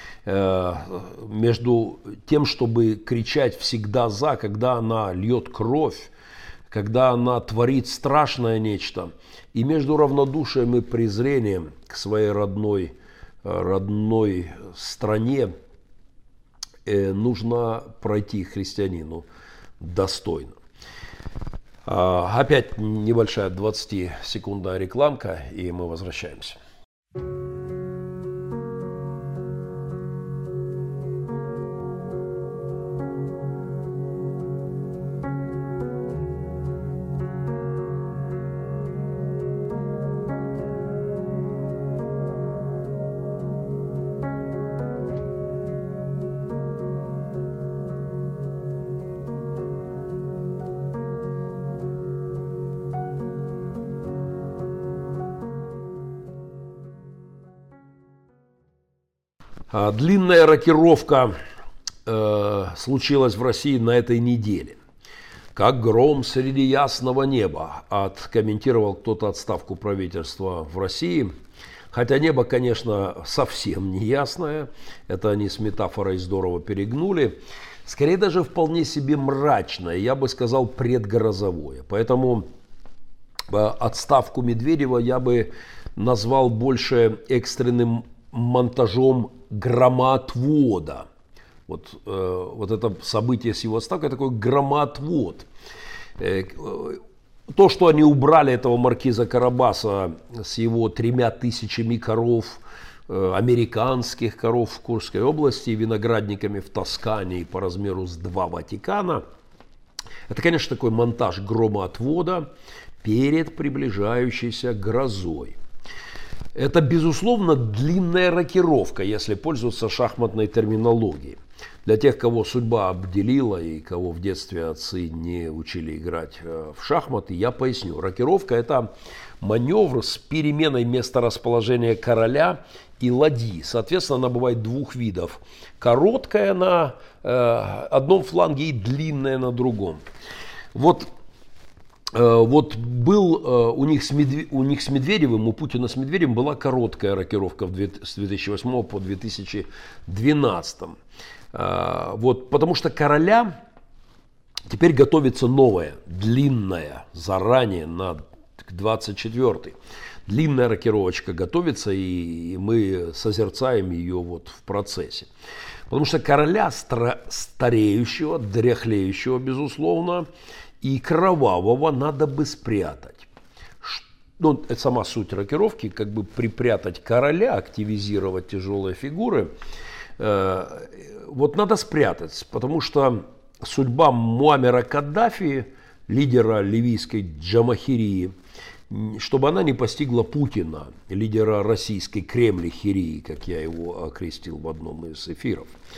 Speaker 1: между тем, чтобы кричать всегда за, когда она льет кровь, когда она творит страшное нечто, и между равнодушием и презрением к своей родной стране нужно пройти христианину достойно. Опять небольшая 20-секундная рекламка, и мы возвращаемся. Длинная рокировка случилась в России на этой неделе. Как гром среди ясного неба, откомментировал кто-то отставку правительства в России. Хотя небо, конечно, совсем не ясное. Это они с метафорой здорово перегнули. Скорее даже вполне себе мрачное, я бы сказал, предгрозовое. Поэтому отставку Медведева я бы назвал больше экстренным монтажом громоотвода. Вот это событие с его отставкой такой громоотвод. То, что они убрали этого маркиза Карабаса с его 3000 коров, американских коров в Курской области, виноградниками в Тоскане и по размеру с 2 Ватикана, это, конечно, такой монтаж громоотвода перед приближающейся грозой. Это, безусловно, длинная рокировка, если пользоваться шахматной терминологией. Для тех, кого судьба обделила и кого в детстве отцы не учили играть в шахматы, я поясню. Рокировка – это маневр с переменой места расположения короля и ладьи. Соответственно, она бывает двух видов. Короткая на одном фланге и длинная на другом. Вот был у них с Медведевым, у Путина с Медведевым была короткая рокировка с 2008 по 2012. Потому что короля теперь готовится новая, длинная, заранее на 24-й. Длинная рокировочка готовится, и мы созерцаем ее вот в процессе. Потому что короля стареющего, дряхлеющего, безусловно, и кровавого надо бы спрятать. Ну, это сама суть рокировки, как бы припрятать короля, активизировать тяжелые фигуры. Вот надо спрятать, потому что судьба Муаммара Каддафи, лидера ливийской Джамахирии, чтобы она не постигла Путина, лидера российской Кремлихирии, как я его окрестил в одном из эфиров.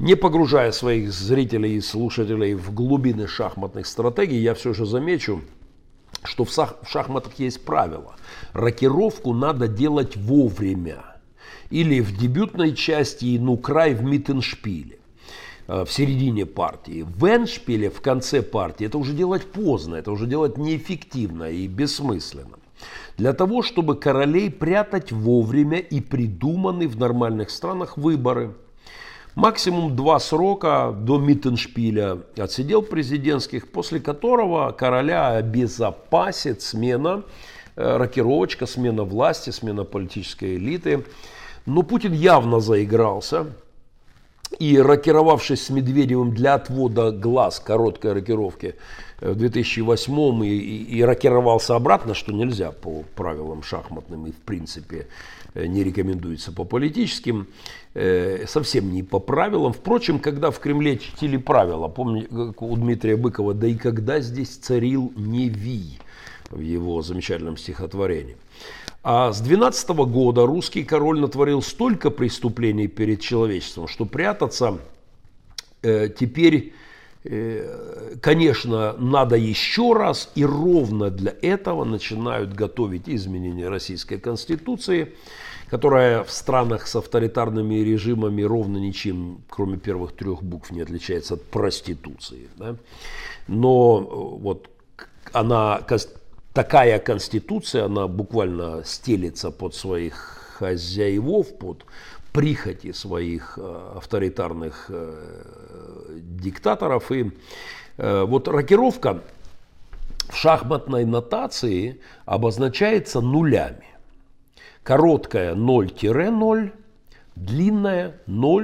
Speaker 1: Не погружая своих зрителей и слушателей в глубины шахматных стратегий, я все же замечу, что в шахматах есть правило. Рокировку надо делать вовремя. Или в дебютной части и ну край в миттеншпиле, в середине партии. В эндшпиле, в конце партии, это уже делать поздно, это уже делать неэффективно и бессмысленно. Для того, чтобы королей прятать вовремя и придуманы в нормальных странах выборы. Максимум 2 срока до миттеншпиля отсидел президентских, после которого короля обезопасит смена, рокировочка, смена власти, смена политической элиты. Но Путин явно заигрался. И рокировавшись с Медведевым для отвода глаз короткой рокировки в 2008 и рокировался обратно, что нельзя по правилам шахматным и в принципе не рекомендуется по политическим, совсем не по правилам. Впрочем, когда в Кремле чтили правила, помню, как у Дмитрия Быкова, да и когда здесь царил Невий в его замечательном стихотворении. А с 12 года русский король натворил столько преступлений перед человечеством, что прятаться теперь, конечно, надо еще раз. И ровно для этого начинают готовить изменения Российской Конституции, которая в странах с авторитарными режимами ровно ничем, кроме первых 3 букв, не отличается от проституции. Да? Но вот она... Такая конституция, она буквально стелится под своих хозяевов, под прихоти своих авторитарных диктаторов. И вот рокировка в шахматной нотации обозначается нулями. Короткая 0-0, длинная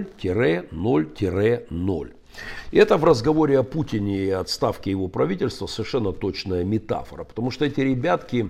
Speaker 1: 0-0-0. И это в разговоре о Путине и отставке его правительства совершенно точная метафора. Потому что эти ребятки,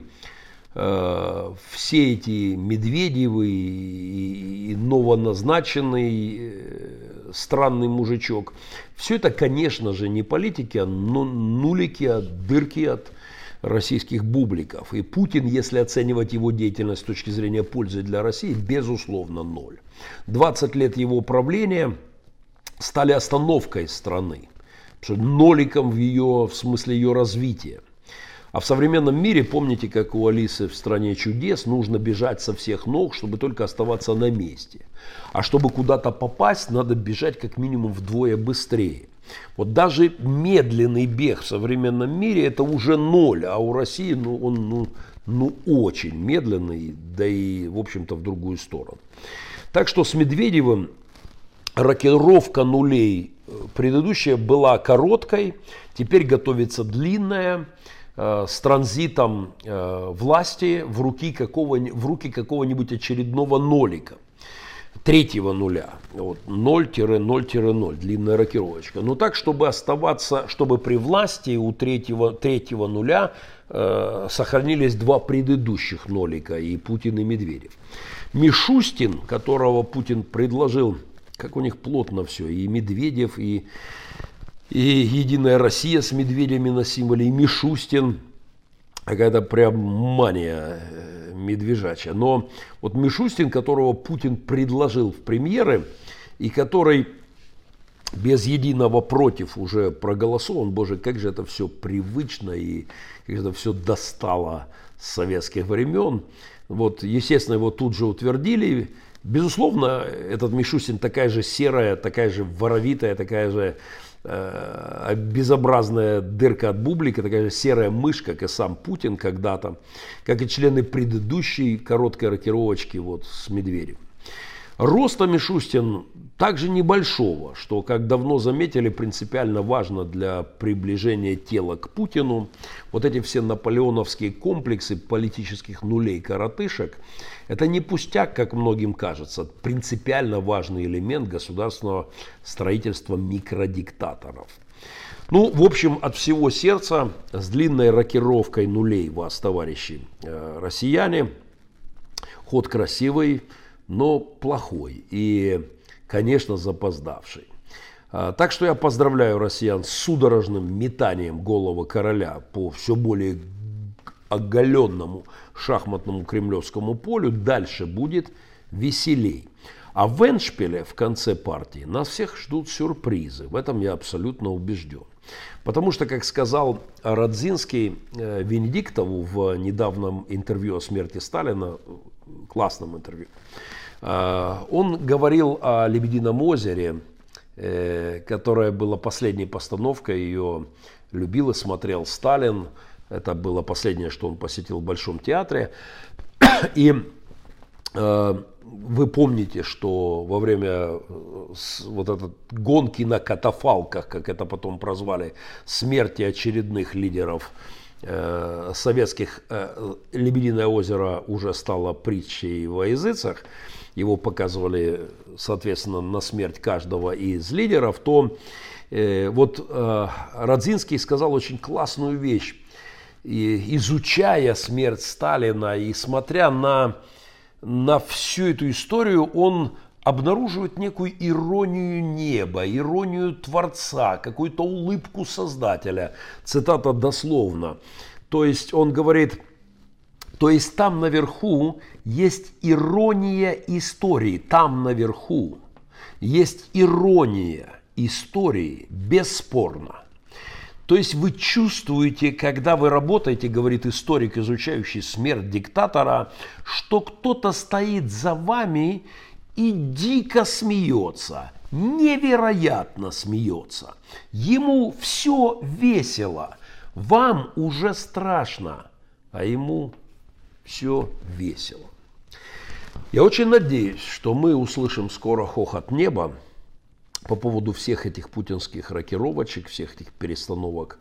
Speaker 1: все эти Медведевы и новоназначенный странный мужичок, все это, конечно же, не политики, а нулики, дырки от российских бубликов. И Путин, если оценивать его деятельность с точки зрения пользы для России, безусловно, 0. 20 лет его правления стали остановкой страны, ноликом в смысле ее развития. А в современном мире, помните, как у Алисы в «Стране чудес», нужно бежать со всех ног, чтобы только оставаться на месте. А чтобы куда-то попасть, надо бежать как минимум вдвое быстрее. Вот даже медленный бег в современном мире – это уже 0, а у России он очень медленный, да и, в общем-то, в другую сторону. Так что с Медведевым рокировка нулей предыдущая была короткой, теперь готовится длинная, с транзитом власти в руки какого-нибудь очередного нолика, 3-го нуля, вот, 0-0-0, длинная рокировочка. Но так, чтобы оставаться, чтобы при власти у третьего нуля сохранились 2 предыдущих нолика, и Путин, и Медведев. Мишустин, которого Путин предложил, как у них плотно все, и Медведев, и Единая Россия с Медведями на символе, и Мишустин, какая-то прям мания медвежачья. Но вот Мишустин, которого Путин предложил в премьеры, и который без единого против уже проголосован, боже, как же это все привычно, и как же это все достало с советских времен. Вот, естественно, его тут же утвердили. Безусловно, этот Мишустин такая же серая, такая же воровитая, такая же безобразная дырка от бублика, такая же серая мышь, как и сам Путин когда-то, как и члены предыдущей короткой рокировочки вот с Медведевым. Роста Мишустин также небольшого, что, как давно заметили, принципиально важно для приближения тела к Путину. Вот эти все наполеоновские комплексы политических нулей-коротышек, это не пустяк, как многим кажется, принципиально важный элемент государственного строительства микродиктаторов. Ну, в общем, от всего сердца, с длинной рокировкой нулей вас, товарищи россияне, ход красивый, но плохой и, конечно, запоздавший. Так что я поздравляю россиян с судорожным метанием головы короля по все более оголенному шахматному кремлевскому полю. Дальше будет веселей. А в эндшпиле, в конце партии, нас всех ждут сюрпризы. В этом я абсолютно убежден. Потому что, как сказал Радзинский Венедиктову в недавнем интервью о смерти Сталина, классном интервью, он говорил о «Лебедином озере», которая была последней постановкой, ее любил и смотрел Сталин. Это было последнее, что он посетил в Большом театре. И вы помните, что во время вот этой гонки на катафалках, как это потом прозвали, смерти очередных лидеров советских, «Лебединое озеро» уже стало притчей во языцах, его показывали, соответственно, на смерть каждого из лидеров, то вот Радзинский сказал очень классную вещь. И, изучая смерть Сталина и смотря на всю эту историю, он обнаруживает некую иронию неба, иронию Творца, какую-то улыбку Создателя. Цитата дословно. То есть он говорит, то есть там наверху есть ирония истории, там наверху есть ирония истории, бесспорно. То есть вы чувствуете, когда вы работаете, говорит историк, изучающий смерть диктатора, что кто-то стоит за вами и дико смеется, невероятно смеется. Ему все весело, вам уже страшно, а ему все весело. Я очень надеюсь, что мы услышим скоро хохот неба по поводу всех этих путинских рокировочек, всех этих перестановок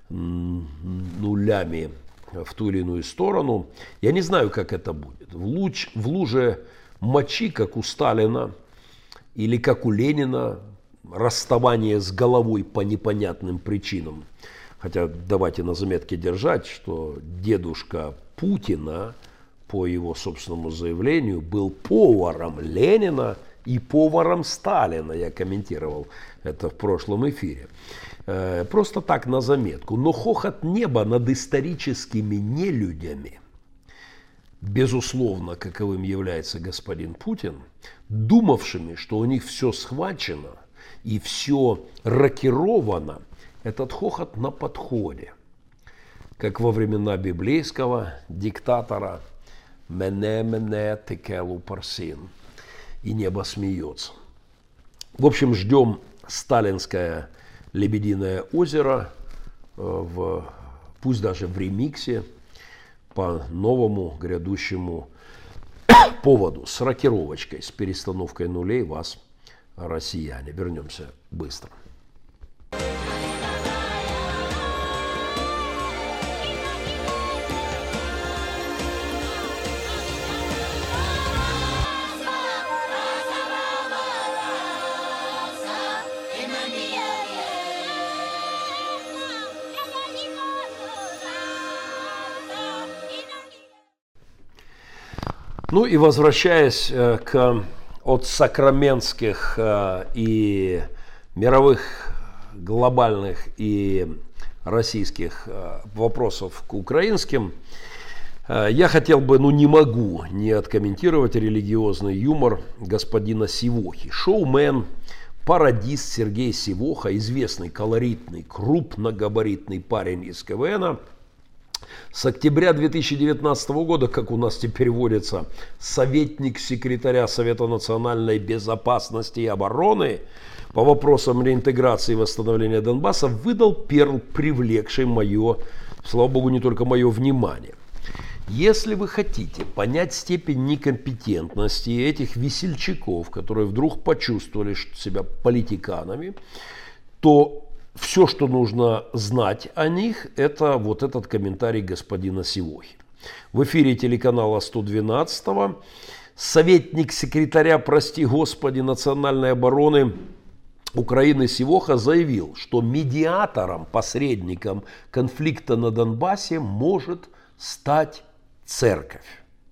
Speaker 1: нулями в ту или иную сторону. Я не знаю, как это будет. В луже мочи, как у Сталина или как у Ленина, расставание с головой по непонятным причинам. Хотя давайте на заметке держать, что дедушка Путина, по его собственному заявлению, был поваром Ленина и поваром Сталина. Я комментировал это в прошлом эфире. Просто так на заметку. Но хохот неба над историческими нелюдями, безусловно, каковым является господин Путин, думавшими, что у них все схвачено и все рокировано, этот хохот на подходе. Как во времена библейского диктатора «Мене текелу парсин». И небо смеется. В общем, ждем сталинское «Лебединое озеро», пусть даже в ремиксе, по новому грядущему поводу, с рокировочкой, с перестановкой нулей вас, россияне. Вернемся быстро. Ну и возвращаясь от сакраментских и мировых, глобальных и российских вопросов к украинским, я хотел бы, не могу не откомментировать религиозный юмор господина Сивохи. Шоумен, пародист Сергей Сивоха, известный, колоритный, крупногабаритный парень из КВН, с октября 2019 года, как у нас теперь водится, советник секретаря Совета национальной безопасности и обороны по вопросам реинтеграции и восстановления Донбасса, выдал перл, привлекший мое, слава богу, не только мое внимание. Если вы хотите понять степень некомпетентности этих весельчаков, которые вдруг почувствовали себя политиканами, то все, что нужно знать о них, это вот этот комментарий господина Сивохи. В эфире телеканала 112 советник секретаря, прости господи, национальной обороны Украины Сивоха заявил, что медиатором, посредником конфликта на Донбассе может стать церковь.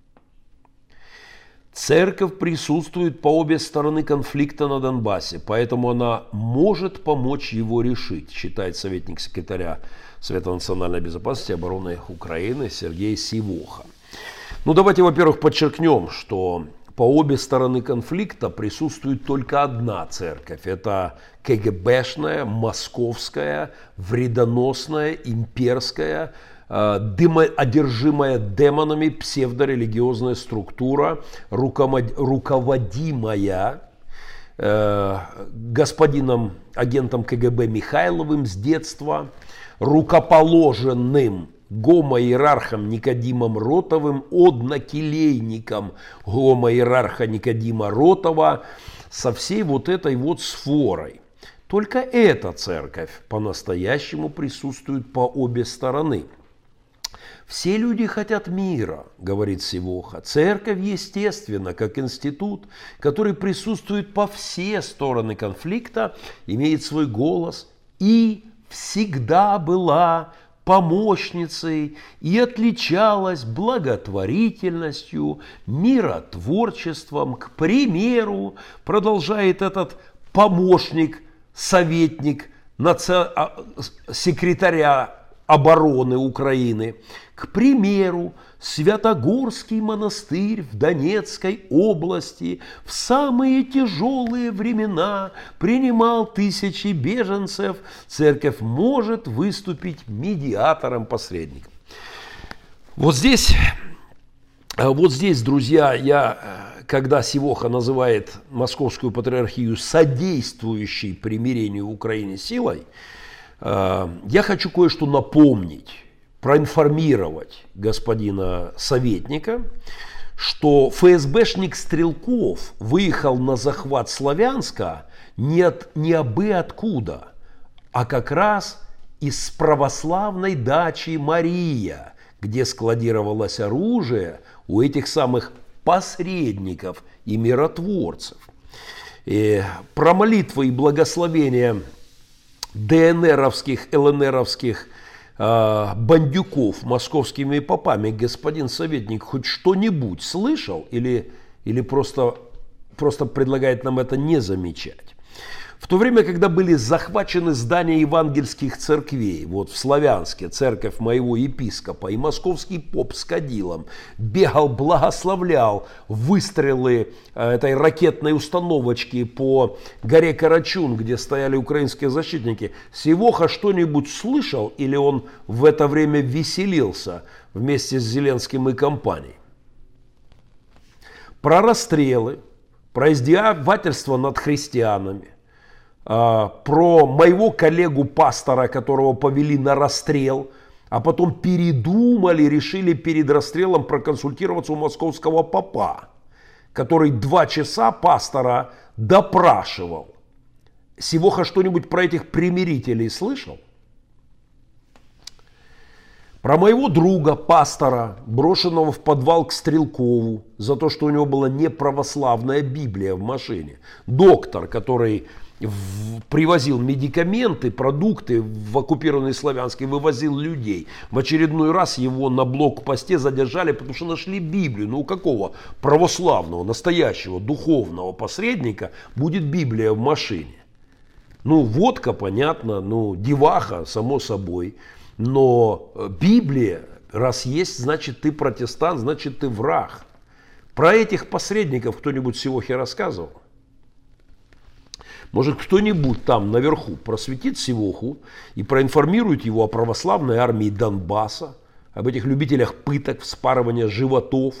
Speaker 1: Церковь присутствует по обе стороны конфликта на Донбассе, поэтому она может помочь его решить, считает советник секретаря Совета национальной безопасности и обороны Украины Сергей Сивоха. Ну, давайте, во-первых, подчеркнем, что по обе стороны конфликта присутствует только одна церковь. Это КГБшная, московская, вредоносная, имперская, одержимая демонами псевдорелигиозная структура, руководимая господином агентом КГБ Михайловым с детства, рукоположенным гомо-иерархом Никодимом Ротовым, однокелейником гомо-иерарха Никодима Ротова, со всей вот этой вот сфорой. Только эта церковь по-настоящему присутствует по обе стороны. Все люди хотят мира, говорит Сивоха. Церковь, естественно, как институт, который присутствует по все стороны конфликта, имеет свой голос и всегда была помощницей и отличалась благотворительностью, миротворчеством. К примеру, продолжает этот помощник, советник секретаря обороны Украины. К примеру, Святогорский монастырь в Донецкой области в самые тяжелые времена принимал тысячи беженцев. Церковь может выступить медиатором-посредником. Вот здесь, друзья, когда Сивоха называет Московскую патриархию содействующей примирению в Украине силой, я хочу кое-что напомнить, проинформировать господина советника, что ФСБшник Стрелков выехал на захват Славянска не абы откуда, а как раз из православной дачи Мария, где складировалось оружие у этих самых посредников и миротворцев. И про молитвы и благословения ДНРовских, ЛНРовских бандюков московскими попами господин советник хоть что-нибудь слышал или просто предлагает нам это не замечать? В то время, когда были захвачены здания евангельских церквей, вот в Славянске церковь моего епископа, и московский поп с кадилом бегал, благословлял выстрелы этой ракетной установочки по горе Карачун, где стояли украинские защитники, Сивоха что-нибудь слышал или он в это время веселился вместе с Зеленским и компанией? Про расстрелы, про издевательство над христианами, про моего коллегу-пастора, которого повели на расстрел, а потом передумали, решили перед расстрелом проконсультироваться у московского попа, который 2 часа пастора допрашивал. Сивоха что-нибудь про этих примирителей слышал? Про моего друга, пастора, брошенного в подвал к Стрелкову за то, что у него была неправославная Библия в машине. Доктор, который привозил медикаменты, продукты в оккупированный Славянск и вывозил людей. В очередной раз его на блокпосте задержали, потому что нашли Библию. Ну у какого православного, настоящего, духовного посредника будет Библия в машине? Ну водка, понятно, ну деваха, само собой. Но Библия, раз есть, значит ты протестант, значит ты враг. Про этих посредников кто-нибудь Сивохе рассказывал? Может, кто-нибудь там наверху просветит Сивоху и проинформирует его о православной армии Донбасса, об этих любителях пыток, вспарывания животов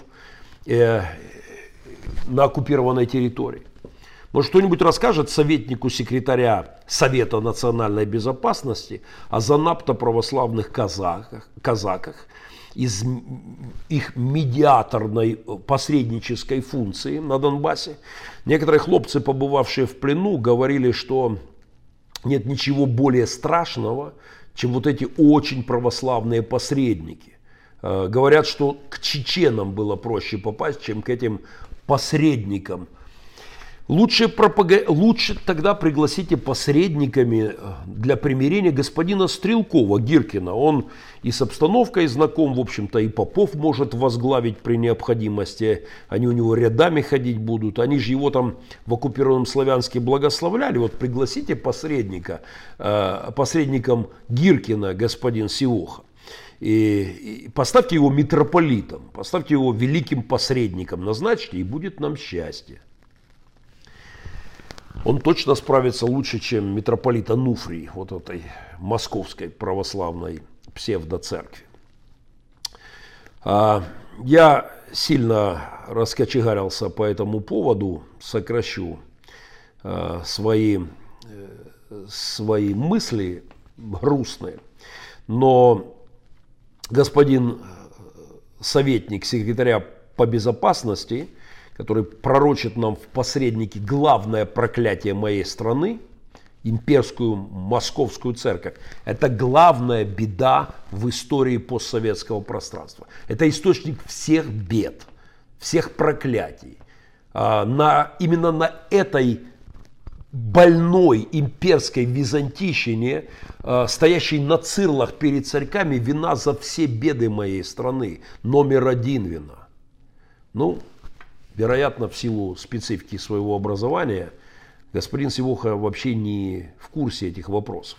Speaker 1: на оккупированной территории. Может, кто-нибудь расскажет советнику секретаря Совета национальной безопасности о занапто-православных казаках, из их медиаторной посреднической функции на Донбассе. Некоторые хлопцы, побывавшие в плену, говорили, что нет ничего более страшного, чем вот эти очень православные посредники. Говорят, что к чеченам было проще попасть, чем к этим посредникам. Лучше тогда пригласите посредниками для примирения господина Стрелкова, Гиркина. Он и с обстановкой знаком, в общем-то, и попов может возглавить при необходимости. Они у него рядами ходить будут. Они же его там в оккупированном Славянске благословляли. Вот пригласите посредником Гиркина, господин Сивоха. И поставьте его митрополитом, поставьте его великим посредником, назначьте, и будет нам счастье. Он точно справится лучше, чем митрополит Ануфрий, вот этой московской православной псевдоцеркви. Я сильно раскочегарился по этому поводу, сокращу свои мысли грустные, но господин советник секретаря по безопасности, который пророчит нам в посреднике главное проклятие моей страны, имперскую московскую церковь, это главная беда в истории постсоветского пространства. Это источник всех бед, всех проклятий. Именно на этой больной имперской византийщине, стоящей на цирлах перед царьками, вина за все беды моей страны. Номер один вина. Ну, вероятно, в силу специфики своего образования, господин Сивоха вообще не в курсе этих вопросов.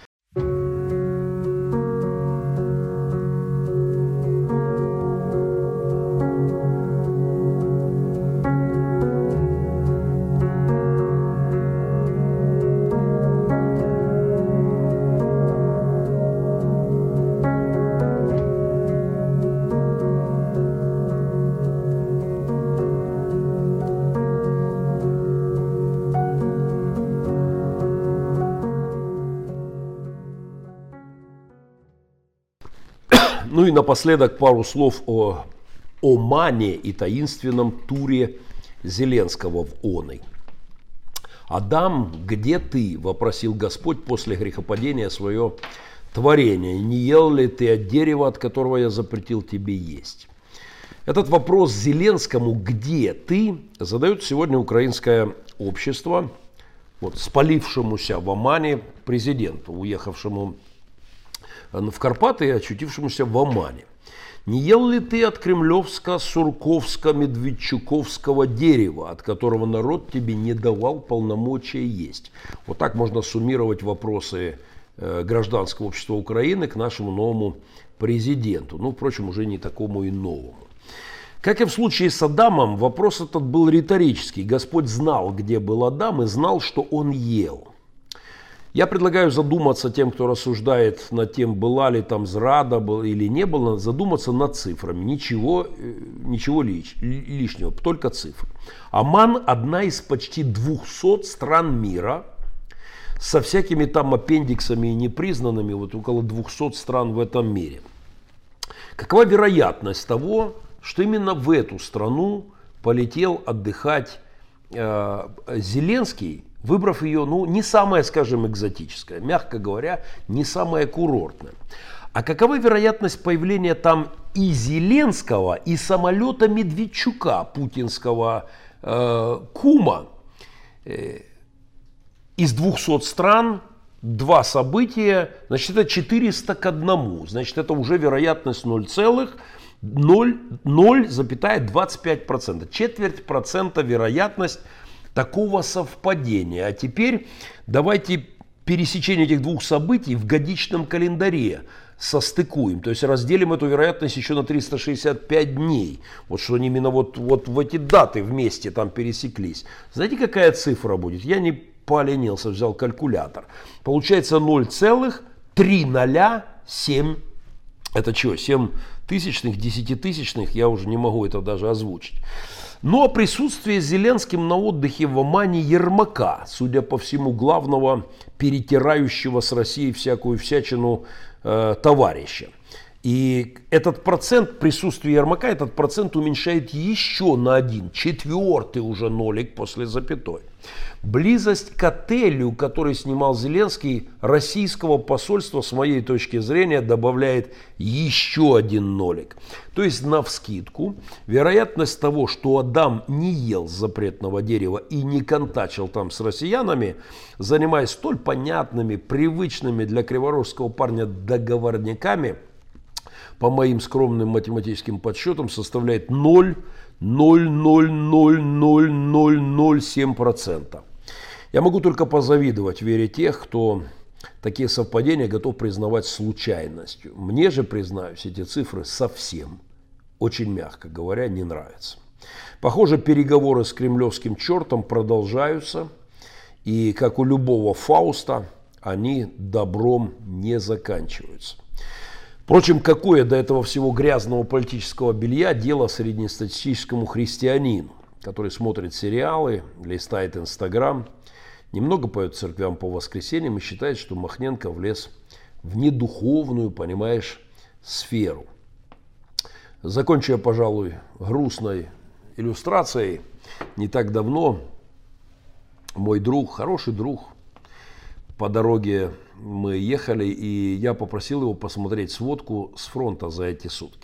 Speaker 1: Ну и напоследок пару слов о Омане и таинственном туре Зеленского в Оной. «Адам, где ты?» – вопросил Господь после грехопадения свое творение. «Не ел ли ты от дерева, от которого я запретил тебе есть?» Этот вопрос Зеленскому «где ты?» задает сегодня украинское общество, вот, спалившемуся в Омане президенту, уехавшему в Карпаты и очутившемуся в Омане. «Не ел ли ты от кремлевско-сурковско-медведчуковского дерева, от которого народ тебе не давал полномочия есть?» Вот так можно суммировать вопросы гражданского общества Украины к нашему новому президенту. Ну, впрочем, уже не такому и новому. Как и в случае с Адамом, вопрос этот был риторический. Господь знал, где был Адам, и знал, что он ел. Я предлагаю задуматься тем, кто рассуждает над тем, была ли там зрада или не было, задуматься над цифрами. Ничего лишнего, только цифры. Оман – одна из почти 200 стран мира, со всякими там аппендиксами и непризнанными, вот около 200 стран в этом мире. Какова вероятность того, что именно в эту страну полетел отдыхать Зеленский, выбрав ее, ну, не самое, скажем, экзотическое, мягко говоря, не самое курортное. А какова вероятность появления там и Зеленского, и самолета Медведчука, путинского кума? Из 200 стран 2 события, значит, это 400 к 1. Значит, это уже вероятность 0,25%. Четверть процента вероятность такого совпадения. А теперь давайте пересечение этих 2 событий в годичном календаре состыкуем. То есть разделим эту вероятность еще на 365 дней. Вот что они именно вот в эти даты вместе там пересеклись. Знаете, какая цифра будет? Я не поленился, взял калькулятор. Получается 0,307. Это что, 7 тысячных, 10 тысячных? Я уже не могу это даже озвучить. Но присутствие Зеленским на отдыхе в Омане Ермака, судя по всему, главного перетирающего с Россией всякую всячину товарища. И этот процент, присутствие Ермака, этот процент уменьшает еще на 1, 4-й уже нолик после запятой. Близость к отелю, который снимал Зеленский, российского посольства, с моей точки зрения, добавляет еще 1 нолик. То есть, навскидку, вероятность того, что Адам не ел с запретного дерева и не контачил там с россиянами, занимаясь столь понятными, привычными для криворожского парня договорниками, по моим скромным математическим подсчетам, составляет 0,0000007%. Я могу только позавидовать вере тех, кто такие совпадения готов признавать случайностью. Мне же, признаюсь, эти цифры совсем, очень мягко говоря, не нравятся. Похоже, переговоры с кремлевским чертом продолжаются, и, как у любого Фауста, они добром не заканчиваются. Впрочем, какое до этого всего грязного политического белья дело среднестатистическому христианину, который смотрит сериалы, листает Инстаграм, немного поет церквям по воскресеньям и считает, что Махненко влез в недуховную, понимаешь, сферу. Закончу я, пожалуй, грустной иллюстрацией. Не так давно мой друг, хороший друг, по дороге мы ехали, и я попросил его посмотреть сводку с фронта за эти сутки.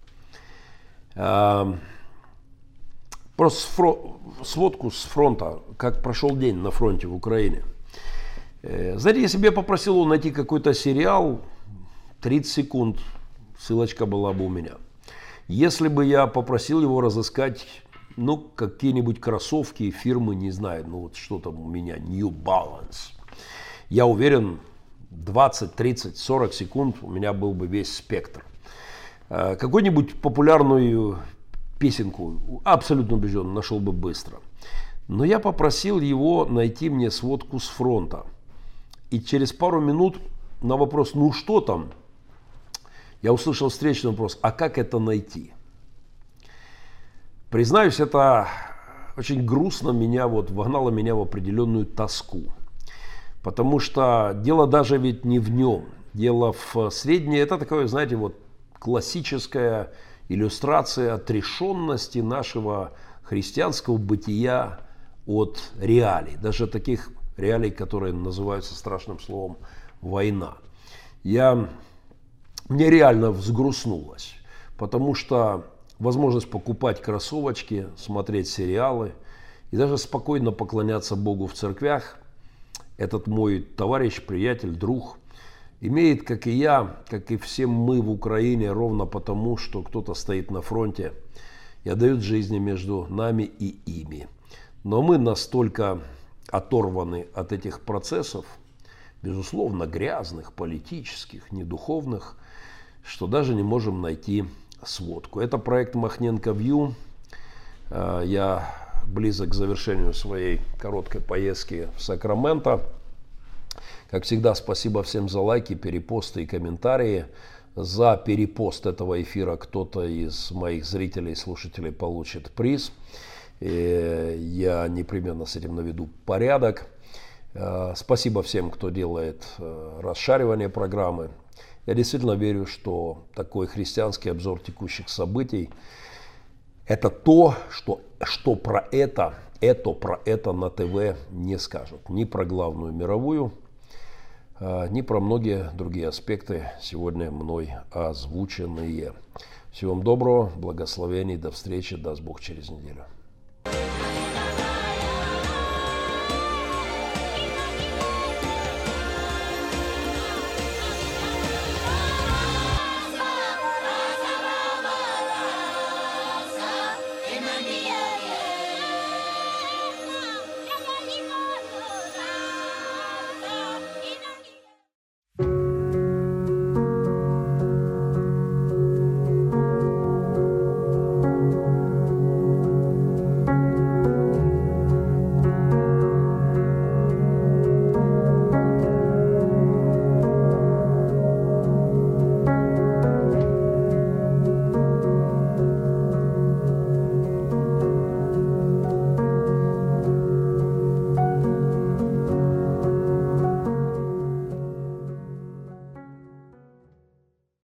Speaker 1: Просто сводку с фронта, как прошел день на фронте в Украине. Знаете, если бы я попросил его найти какой-то сериал, 30 секунд, ссылочка была бы у меня. Если бы я попросил его разыскать, ну, какие-нибудь кроссовки фирмы, не знаю, ну, вот что там у меня, New Balance, я уверен, 20, 30, 40 секунд у меня был бы весь спектр. Какую-нибудь популярную песенку, абсолютно убежден, нашел бы быстро. Но я попросил его найти мне сводку с фронта. И через пару минут на вопрос, ну что там, я услышал встречный вопрос, а как это найти? Признаюсь, это очень грустно вогнало меня в определенную тоску. Потому что дело даже ведь не в нем. Дело в средней, это такое, знаете, вот классическая иллюстрация отрешенности нашего христианского бытия от реалий. Даже таких реалий, которые называются страшным словом война. Мне реально взгрустнулось, потому что возможность покупать кроссовочки, смотреть сериалы и даже спокойно поклоняться Богу в церквях, этот мой товарищ, приятель, друг, имеет, как и я, как и все мы в Украине, ровно потому, что кто-то стоит на фронте и отдает жизни между нами и ими. Но мы настолько оторваны от этих процессов, безусловно, грязных, политических, недуховных, что даже не можем найти сводку. Это проект Махненко View. Я близок к завершению своей короткой поездки в Сакраменто. Как всегда, спасибо всем за лайки, перепосты и комментарии. За перепост этого эфира кто-то из моих зрителей и слушателей получит приз. Я непременно с этим наведу порядок. Спасибо всем, кто делает расшаривание программы. Я действительно верю, что такой христианский обзор текущих событий – это то, что про это на ТВ не скажут. Ни про главную мировую, ни про многие другие аспекты, сегодня мной озвученные. Всего вам доброго, благословений, до встречи, даст Бог через неделю.